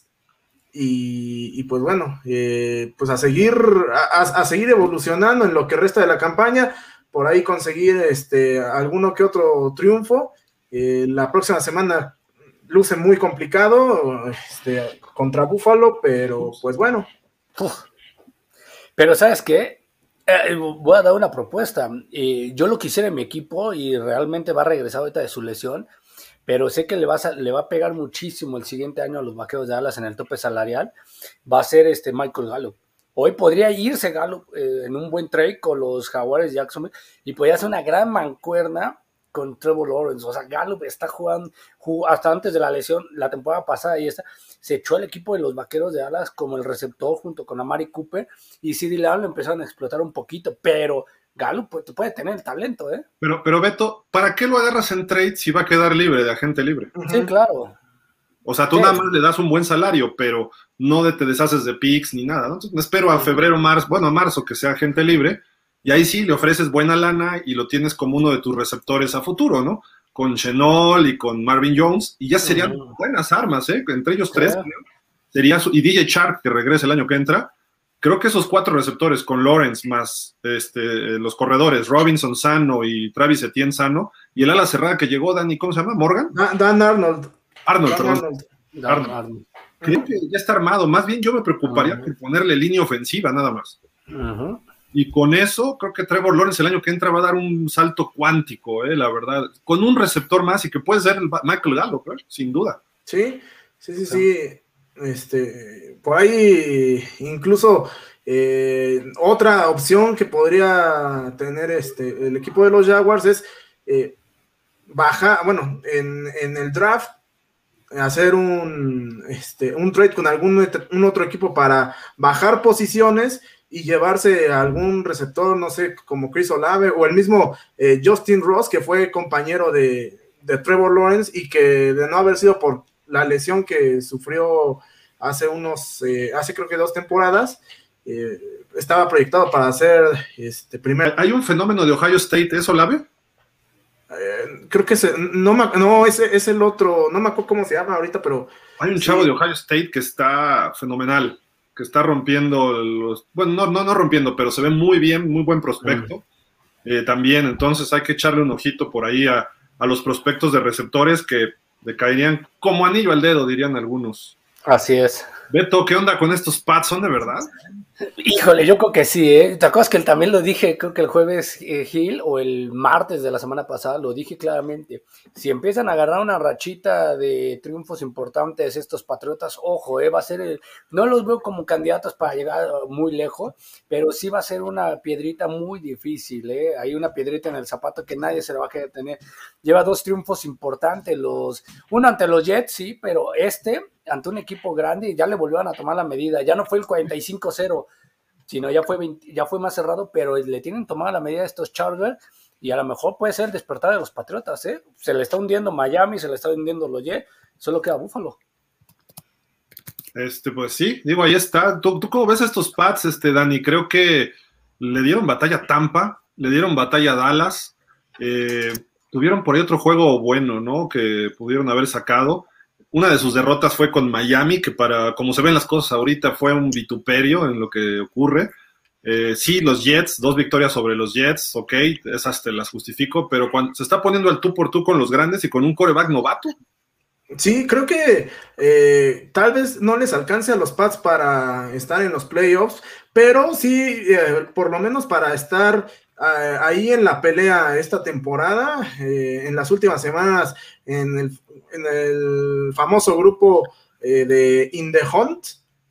y, y pues bueno, eh, pues a seguir a, a seguir evolucionando en lo que resta de la campaña, por ahí conseguir este, alguno que otro triunfo. Eh, la próxima semana luce muy complicado este, contra Buffalo, pero pues bueno. Uf. Pero ¿sabes qué? Eh, voy a dar una propuesta. Eh, yo lo quisiera en mi equipo y realmente va a regresar ahorita de su lesión, pero sé que le va, a, le va a pegar muchísimo el siguiente año a los Vaqueros de Dallas en el tope salarial. Va a ser este Michael Gallup. Hoy podría irse Gallup eh, en un buen trade con los Jaguares de Jacksonville y podría hacer una gran mancuerna con Trevor Lawrence. O sea, Gallup está jugando, jugó hasta antes de la lesión, la temporada pasada y esta, se echó el equipo de los Vaqueros de Dallas como el receptor junto con Amari Cooper y CeeDee Lamb lo empezaron a explotar un poquito, pero Gallup pues, puede tener el talento, ¿eh? Pero, pero Beto, ¿para qué lo agarras en trade si va a quedar libre, de agente libre? Sí, claro. O sea, tú sí. Nada más le das un buen salario, pero no de, te deshaces de picks ni nada, ¿no? Entonces me espero a febrero, marzo, bueno, a marzo que sea agente libre, y ahí sí le ofreces buena lana y lo tienes como uno de tus receptores a futuro, ¿no? Con Shenault y con Marvin Jones, y ya serían uh-huh. buenas armas, ¿eh? Entre ellos tres, yeah. creo. Sería su, y D J Chark, que regresa el año que entra. Creo que esos cuatro receptores, con Lawrence más este, los corredores, Robinson sano y Travis Etienne sano, y el ala cerrada que llegó, Dani, ¿cómo se llama? ¿Morgan? Dan Arnold. Arnold, Dan perdón. Arnold. Arnold. Arnold. Creo que ya está armado. Más bien yo me preocuparía uh-huh. por ponerle línea ofensiva, nada más. Uh-huh. Y con eso, creo que Trevor Lawrence el año que entra va a dar un salto cuántico, eh, la verdad. Con un receptor más y que puede ser Michael Gallup, ¿eh? Sin duda. Sí, sí, sí, sí. Este, por ahí incluso eh, otra opción que podría tener este, el equipo de los Jaguars es eh, bajar, bueno, en, en el draft, hacer un, este, un trade con algún un otro equipo para bajar posiciones y llevarse a algún receptor, no sé, como Chris Olave o el mismo eh, Justin Ross, que fue compañero de, de Trevor Lawrence y que de no haber sido por la lesión que sufrió hace unos, eh, hace creo que dos temporadas, eh, estaba proyectado para ser este primer. ¿Hay un fenómeno de Ohio State, es Olave? Eh, creo que ese, no, no ese es el otro, no me acuerdo cómo se llama ahorita, pero hay un sí. chavo de Ohio State que está fenomenal, que está rompiendo los, bueno, no, no, no rompiendo, pero se ve muy bien, muy buen prospecto, mm. eh, también, entonces hay que echarle un ojito por ahí a, a los prospectos de receptores que le caerían como anillo al dedo, dirían algunos. Así es. Beto, ¿qué onda con estos Pats? ¿Son de verdad? Híjole, yo creo que sí, ¿eh? ¿Te acuerdas que él también lo dije, creo que el jueves eh, Gil o el martes de la semana pasada, lo dije claramente? Si empiezan a agarrar una rachita de triunfos importantes estos Patriotas, ojo, eh, va a ser el, no los veo como candidatos para llegar muy lejos, pero sí va a ser una piedrita muy difícil, ¿eh? Hay una piedrita en el zapato que nadie se la va a querer tener. Lleva dos triunfos importantes, los, uno ante los Jets, sí, pero este ante un equipo grande ya le volvieron a tomar la medida, ya no fue el cuarenta y cinco cero, sino ya fue, veinte, ya fue más cerrado, pero le tienen tomada la medida a estos Chargers y a lo mejor puede ser el despertar de los Patriotas, ¿eh? Se le está hundiendo Miami, se le está hundiendo los Jets, solo queda Buffalo. Este, pues sí, digo, ahí está. ¿Tú, tú cómo ves a estos Pats, este, Dani? Creo que le dieron batalla a Tampa, le dieron batalla a Dallas, eh, tuvieron por ahí otro juego bueno, ¿no? Que pudieron haber sacado. Una de sus derrotas fue con Miami, que para, como se ven las cosas ahorita, fue un vituperio en lo que ocurre. Eh, sí, los Jets, dos victorias sobre los Jets, ok, esas te las justifico, pero cuando se está poniendo el tú por tú con los grandes y con un quarterback novato. Sí, creo que eh, tal vez no les alcance a los Pats para estar en los playoffs, pero sí, eh, por lo menos para estar eh, ahí en la pelea esta temporada, eh, en las últimas semanas, en el, en el famoso grupo eh, de In the Hunt,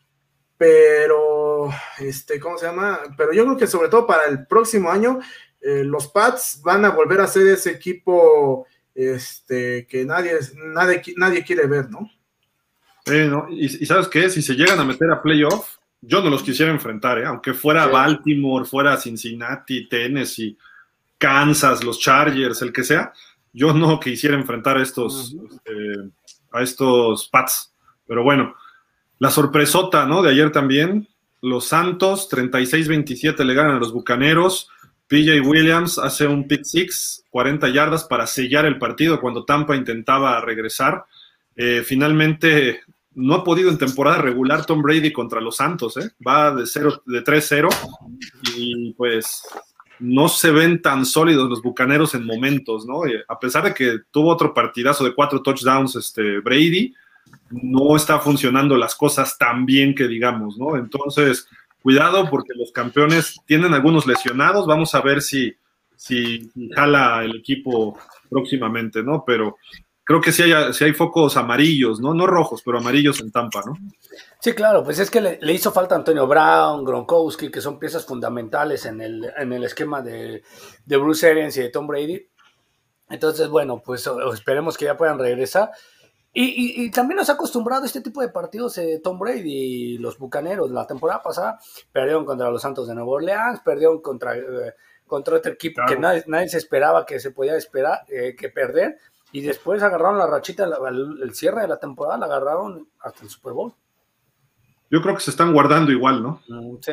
pero, este, ¿cómo se llama? Pero yo creo que sobre todo para el próximo año, eh, los Pats van a volver a ser ese equipo este, que nadie, nadie, nadie quiere ver, ¿no? Eh, ¿no? Y, y ¿sabes qué? Si se llegan a meter a playoff, yo no los quisiera enfrentar, ¿eh? Aunque fuera sí. Baltimore, fuera Cincinnati, Tennessee, Kansas, los Chargers, el que sea, yo no quisiera enfrentar a estos, uh-huh. este, a estos Pats. Pero bueno, la sorpresota, ¿no? De ayer también, los Santos, treinta y seis veintisiete le ganan a los Bucaneros. P J Williams hace un pick six, cuarenta yardas para sellar el partido cuando Tampa intentaba regresar. Eh, finalmente no ha podido en temporada regular Tom Brady contra los Santos, ¿eh? Va de, cero, de tres cero y pues no se ven tan sólidos los Bucaneros en momentos, ¿no? Eh, a pesar de que tuvo otro partidazo de cuatro touchdowns este, Brady, no está funcionando las cosas tan bien que digamos, ¿no? Entonces, cuidado porque los campeones tienen algunos lesionados, vamos a ver si, si, si jala el equipo próximamente, ¿no? Pero creo que sí hay, sí hay focos amarillos, ¿no? No rojos, pero amarillos en Tampa, ¿no? Sí, claro, pues es que le, le hizo falta Antonio Brown, Gronkowski, que son piezas fundamentales en el, en el esquema de, de Bruce Arians y de Tom Brady. Entonces, bueno, pues esperemos que ya puedan regresar. Y, y, y también nos ha acostumbrado a este tipo de partidos eh, Tom Brady y los Bucaneros. La temporada pasada perdieron contra los Santos de Nueva Orleans, perdieron contra, eh, contra otro equipo claro. que nadie, nadie se esperaba que se podía esperar, eh, que perder, y después agarraron la rachita, el, el cierre de la temporada, la agarraron hasta el Super Bowl. Yo creo que se están guardando igual, ¿no? Mm, sí.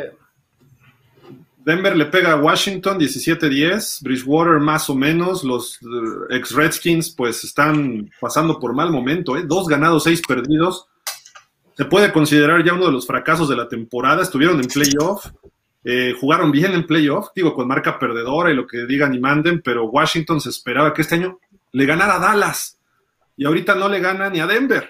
Denver le pega a Washington diecisiete diez, Bridgewater más o menos, los uh, ex-Redskins pues están pasando por mal momento, ¿eh? Dos ganados, seis perdidos, se puede considerar ya uno de los fracasos de la temporada, estuvieron en playoff, eh, jugaron bien en playoff, digo con marca perdedora y lo que digan y manden, pero Washington se esperaba que este año le ganara a Dallas, y ahorita no le gana ni a Denver.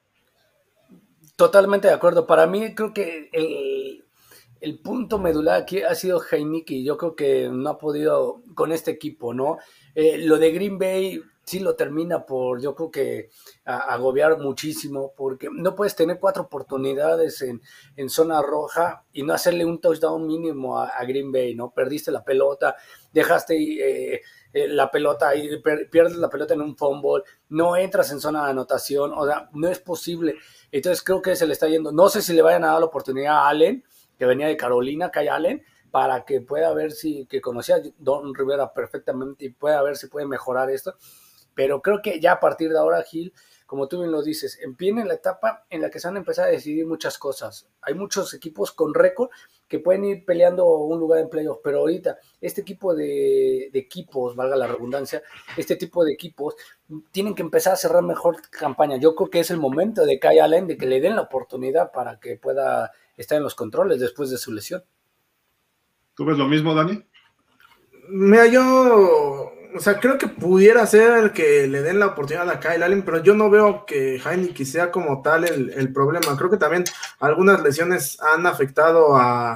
Totalmente de acuerdo, para mí creo que el... El punto medular aquí ha sido Heinicke, yo creo que no ha podido con este equipo, ¿no? Eh, lo de Green Bay sí lo termina por, yo creo que a, agobiar muchísimo, porque no puedes tener cuatro oportunidades en, en zona roja y no hacerle un touchdown mínimo a, a Green Bay, ¿no? Perdiste la pelota, dejaste eh, eh, la pelota y per, pierdes la pelota en un fumble, no entras en zona de anotación, o sea, no es posible. Entonces creo que se le está yendo, no sé si le vayan a dar la oportunidad a Allen, que venía de Carolina, Kyle Allen, para que pueda ver si, que conocía a Don Rivera perfectamente y pueda ver si puede mejorar esto, pero creo que ya a partir de ahora, Gil, como tú bien lo dices, viene la etapa en la que se van a empezar a decidir muchas cosas. Hay muchos equipos con récord que pueden ir peleando un lugar en playoff, pero ahorita este equipo de, de equipos, valga la redundancia, este tipo de equipos tienen que empezar a cerrar mejor campaña. Yo creo que es el momento de Kyle Allen, de que le den la oportunidad para que pueda estar en los controles después de su lesión. ¿Tú ves lo mismo, Dani? Mira, yo, o sea, creo que pudiera ser que le den la oportunidad a Kyle Allen, pero yo no veo que Heinicke sea como tal el, el problema. Creo que también algunas lesiones han afectado a,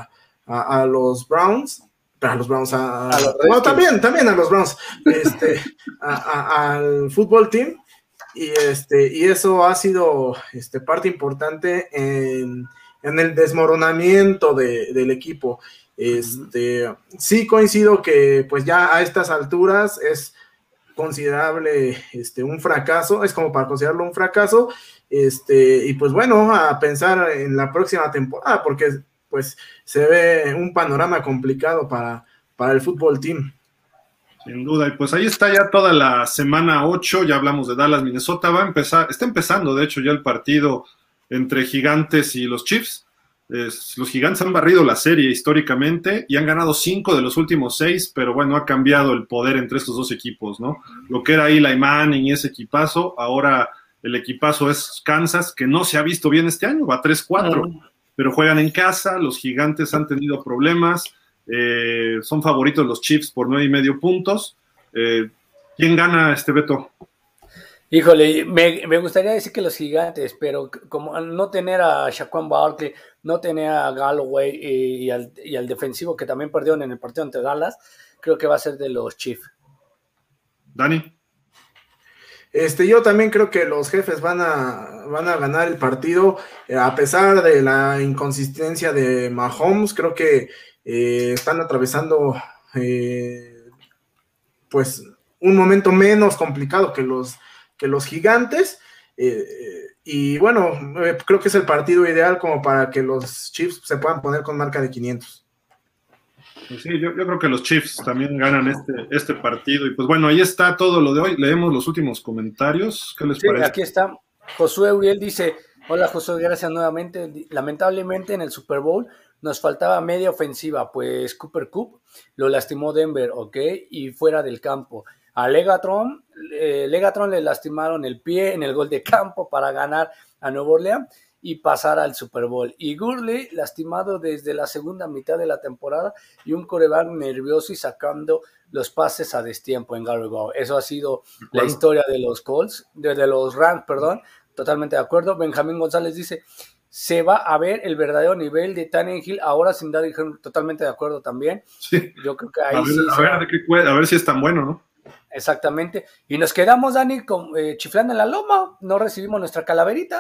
a, a los Browns, a los Browns, a, A los bueno, también, también a los Browns, este, a, a, al fútbol team, y este, y eso ha sido este, parte importante en, en el desmoronamiento de, del equipo. Este, sí coincido que pues ya a estas alturas es considerable este, un fracaso, es como para considerarlo un fracaso, este, y pues bueno, a pensar en la próxima temporada, porque pues se ve un panorama complicado para, para el fútbol team. Sin duda, y pues ahí está ya toda la semana ocho, ya hablamos de Dallas, Minnesota, va a empezar, está empezando de hecho ya el partido entre Gigantes y los Chiefs. Es, los Gigantes han barrido la serie históricamente y han ganado cinco de los últimos seis, pero bueno, ha cambiado el poder entre estos dos equipos, ¿no? Lo que era Eli Manning y ese equipazo, ahora el equipazo es Kansas, que no se ha visto bien este año, va tres cuatro, uh-huh. Pero juegan en casa, los Gigantes han tenido problemas, eh, son favoritos los Chiefs por nueve y medio puntos. Eh, ¿Quién gana, este Beto? Híjole, me, me gustaría decir que los Gigantes, pero como no tener a Saquon Barkley, no tener a Galloway y, y, al, y al defensivo que también perdieron en el partido ante Dallas, creo que va a ser de los Chiefs. Dani. Este, yo también creo que los Jefes van a, van a ganar el partido, eh, a pesar de la inconsistencia de Mahomes. Creo que eh, están atravesando eh, pues un momento menos complicado que los que los Gigantes, eh, y bueno, eh, creo que es el partido ideal como para que los Chiefs se puedan poner con marca de quinientos. Pues sí, yo, yo creo que los Chiefs también ganan este, este partido, y pues bueno, ahí está todo lo de hoy, leemos los últimos comentarios, ¿qué les sí, parece? Aquí está, Josué Uriel dice, hola Josué, gracias nuevamente, lamentablemente en el Super Bowl nos faltaba media ofensiva, pues Cooper Kupp lo lastimó Denver, ok, y fuera del campo. A Legatron, eh, Legatron le lastimaron el pie en el gol de campo para ganar a Nueva Orleans y pasar al Super Bowl. Y Gurley lastimado desde la segunda mitad de la temporada y un quarterback nervioso y sacando los pases a destiempo en Gary Go. Eso ha sido la historia de los Colts, de, de los Rams, perdón, totalmente de acuerdo. Benjamín González dice, se va a ver el verdadero nivel de Tannehill ahora sin dar, totalmente de acuerdo también. Sí. Yo creo que ahí a ver, sí. A ver, a, ver qué, a ver si es tan bueno, ¿no? Exactamente, y nos quedamos, Dani, con, eh, chiflando en la loma, no recibimos nuestra calaverita,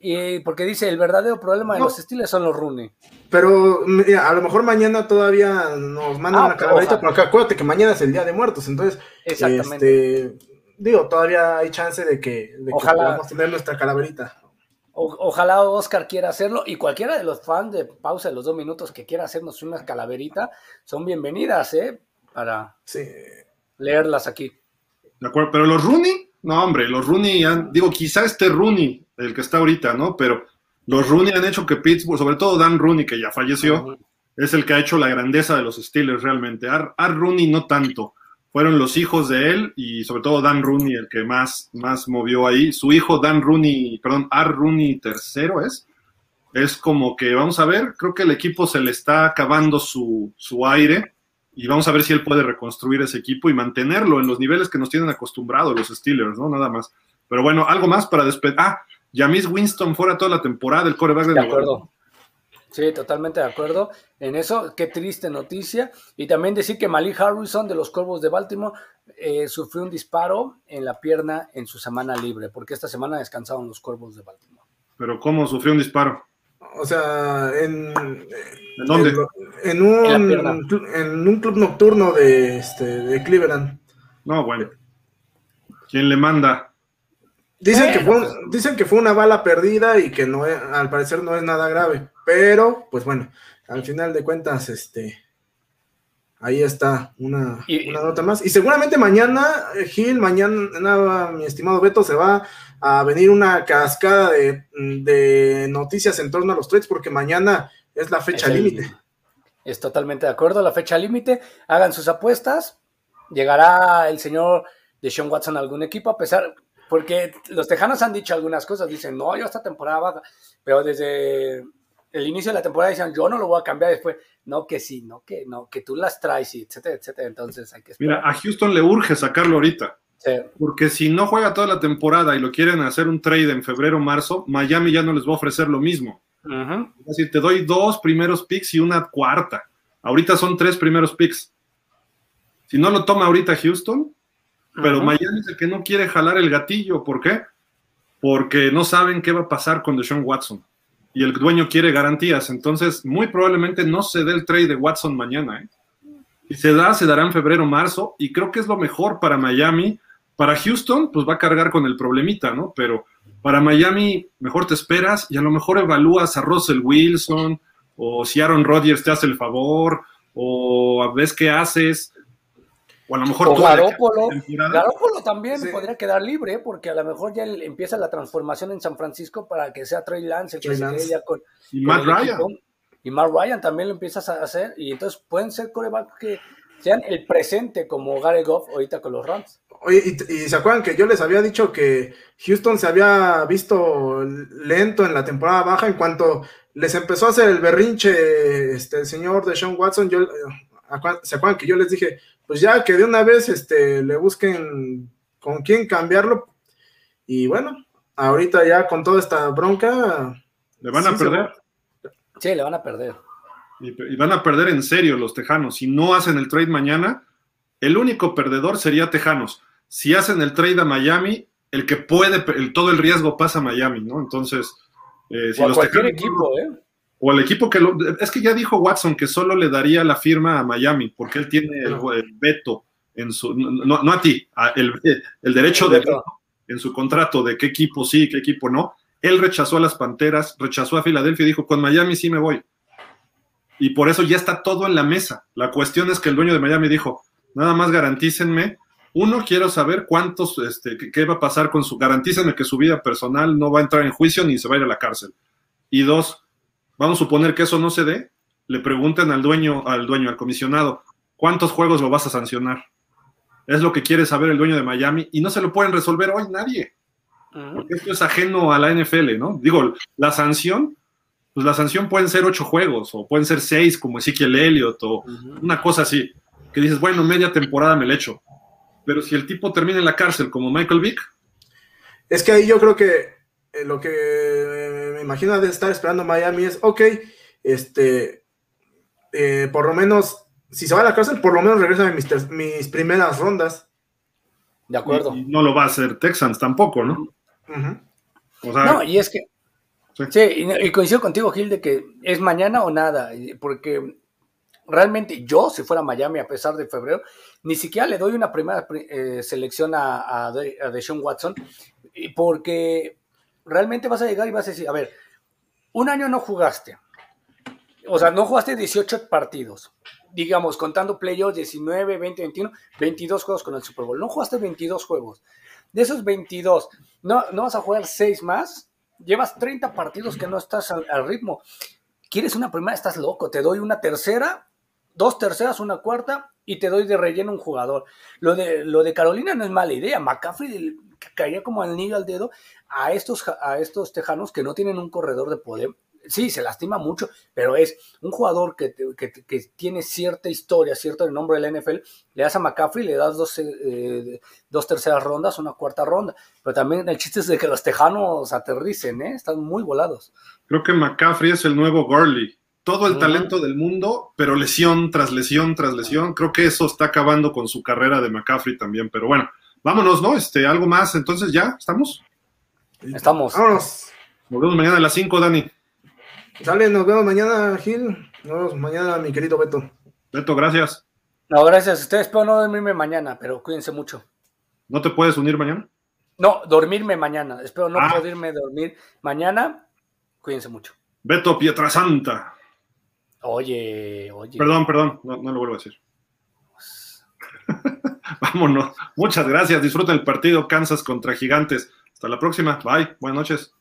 y porque dice, el verdadero problema de no. los Steelers son los Rooney. Pero mira, a lo mejor mañana todavía nos mandan ah, una calaverita, pero acuérdate que mañana es el Día de Muertos, entonces, exactamente. Este, digo, todavía hay chance de que, de que podamos tener nuestra calaverita. O, ojalá Oscar quiera hacerlo, y cualquiera de los fans de Pausa de los dos minutos que quiera hacernos una calaverita, son bienvenidas, ¿eh? Para... Sí. leerlas aquí. De acuerdo, pero los Rooney, no hombre, los Rooney, han, digo, quizá este Rooney, el que está ahorita, ¿no? Pero los Rooney han hecho que Pittsburgh, sobre todo Dan Rooney, que ya falleció, uh-huh. es el que ha hecho la grandeza de los Steelers realmente. A, a Rooney no tanto, fueron los hijos de él y sobre todo Dan Rooney el que más, más movió ahí. Su hijo Dan Rooney, perdón, Art Rooney tercero es, es como que, vamos a ver, creo que el equipo se le está acabando su, su aire, y vamos a ver si él puede reconstruir ese equipo y mantenerlo en los niveles que nos tienen acostumbrados los Steelers, ¿no? Nada más. Pero bueno, algo más para despedir. Ah, Jameis Winston fuera toda la temporada, el quarterback de, de acuerdo. Sí, totalmente de acuerdo en eso. Qué triste noticia. Y también decir que Malik Harrison de los Cuervos de Baltimore eh, sufrió un disparo en la pierna en su semana libre, porque esta semana descansaron los Cuervos de Baltimore. ¿Pero cómo sufrió un disparo? O sea, en... ¿En dónde? En, en, un, en, en un club nocturno de, este, de Cleveland. No, bueno. ¿Quién le manda? Dicen, eh, que fue, dicen que fue una bala perdida y que no es, al parecer no es nada grave. Pero, pues bueno, al final de cuentas, este... ahí está una, y, una nota más. Y seguramente mañana, Gil, mañana, mi estimado Beto, se va a venir una cascada de, de noticias en torno a los trades, porque mañana es la fecha límite. Es totalmente de acuerdo, la fecha límite. Hagan sus apuestas. Llegará el señor Deshaun Watson a algún equipo, a pesar, porque los Tejanos han dicho algunas cosas. Dicen, no, yo esta temporada baja, pero desde el inicio de la temporada decían, yo no lo voy a cambiar después. No, que sí, no, que no, que tú las traes, etcétera, etcétera. Entonces hay que esperar. Mira, a Houston le urge sacarlo ahorita. Sí. Porque si no juega toda la temporada y lo quieren hacer un trade en febrero o marzo, Miami ya no les va a ofrecer lo mismo. Uh-huh. Es decir, te doy dos primeros picks y una cuarta. Ahorita son tres primeros picks. Si no lo toma ahorita Houston, pero uh-huh. Miami es el que no quiere jalar el gatillo. ¿Por qué? Porque no saben qué va a pasar con Deshaun Watson. Y el dueño quiere garantías. Entonces, muy probablemente no se dé el trade de Watson mañana. ¿eh? Si se da, se dará en febrero, marzo. Y creo que es lo mejor para Miami. Para Houston, pues va a cargar con el problemita, ¿no? Pero para Miami, mejor te esperas y a lo mejor evalúas a Russell Wilson, o si Aaron Rodgers te hace el favor, o ves qué haces, o a lo mejor... O Garoppolo, Garoppolo también sí. podría quedar libre, porque a lo mejor ya empieza la transformación en San Francisco para que sea Trey Lance el que Trey se Lance. quede ya con... Y con Matt Ryan. Equipo. Y Matt Ryan también lo empiezas a hacer, y entonces pueden ser corebacks que sean el presente como Jared Goff ahorita con los Rams. Oye, y, y se acuerdan que yo les había dicho que Houston se había visto lento en la temporada baja en cuanto les empezó a hacer el berrinche este, el señor Deshaun Watson. Yo, se acuerdan que yo les dije, pues ya que de una vez este, le busquen con quién cambiarlo. Y bueno, ahorita ya con toda esta bronca... ¿Le van sí a perder? Sí, le van a perder. Y, y van a perder en serio los Tejanos. Si no hacen el trade mañana, el único perdedor sería Tejanos. Si hacen el trade a Miami, el que puede, el, todo el riesgo pasa a Miami, ¿no? Entonces, eh, si o a los cualquier Tejanos, equipo, ¿eh? O al equipo que lo, es que ya dijo Watson que solo le daría la firma a Miami, porque él tiene el, el veto en su, no, no a ti, a el, el derecho el de veto en su contrato de qué equipo sí, qué equipo no. Él rechazó a las Panteras, rechazó a Filadelfia y dijo, con Miami sí me voy. Y por eso ya está todo en la mesa. La cuestión es que el dueño de Miami dijo, nada más garantícenme. Uno, quiero saber cuántos, este, qué, qué va a pasar con su, garantícenme que su vida personal no va a entrar en juicio ni se va a ir a la cárcel. Y dos, vamos a suponer que eso no se dé, le preguntan al dueño, al dueño, al comisionado, ¿cuántos juegos lo vas a sancionar? Es lo que quiere saber el dueño de Miami y no se lo pueden resolver hoy nadie. Porque esto es ajeno a la N F L, ¿no? Digo, la sanción, pues la sanción pueden ser ocho juegos o pueden ser seis como Ezekiel Elliott o uh-huh. una cosa así, que dices, bueno, media temporada me le echo. Pero si el tipo termina en la cárcel como Michael Vick. Es que ahí yo creo que eh, lo que eh, me imagino de estar esperando Miami es, ok, este, eh, por lo menos, si se va a la cárcel, por lo menos regresa mis, ter- mis primeras rondas. De acuerdo. Y, y no lo va a hacer Texans tampoco, ¿no? Uh-huh. O sea, no, y es que, sí, sí y, y coincido contigo, Gil, de que es mañana o nada, porque realmente yo, si fuera Miami, a pesar de febrero, ni siquiera le doy una primera eh, selección a, a, a Deshaun Watson, porque realmente vas a llegar y vas a decir, a ver, un año no jugaste, o sea, no jugaste dieciocho partidos, digamos, contando playoffs, diecinueve, veinte, veintiuno, veintidós juegos con el Super Bowl, no jugaste veintidós juegos, de esos veintidós, no, no vas a jugar seis más, llevas treinta partidos que no estás al, al ritmo, quieres una primera, estás loco, te doy una tercera, dos terceras, una cuarta, y te doy de relleno un jugador. Lo de, lo de Carolina no es mala idea. McCaffrey caería como anillo al dedo a estos, a estos tejanos que no tienen un corredor de poder. Sí, se lastima mucho, pero es un jugador que, que, que tiene cierta historia, cierto nombre de la N F L. Le das a McCaffrey, le das dos, eh, dos terceras rondas, una cuarta ronda. Pero también el chiste es de que los tejanos aterricen, ¿eh? Están muy volados. Creo que McCaffrey es el nuevo Gurley. Todo el talento del mundo, pero lesión tras lesión tras lesión. Creo que eso está acabando con su carrera de McCaffrey también. Pero bueno, vámonos, ¿no? Este, algo más. Entonces, ¿ya? ¿Estamos? Estamos. Vámonos. Nos vemos mañana a las cinco, Dani. Sale, nos vemos mañana, Gil. Nos vemos mañana, mi querido Beto. Beto, gracias. No, gracias a ustedes. Espero no dormirme mañana, pero cuídense mucho. ¿No te puedes unir mañana? No, dormirme mañana. Espero no ah. poderme dormir mañana. Cuídense mucho. Beto Pietrasanta. Oye, oye. Perdón, perdón, no, no lo vuelvo a decir. Vámonos. Muchas gracias. Disfruten el partido Kansas contra Gigantes. Hasta la próxima. Bye. Buenas noches.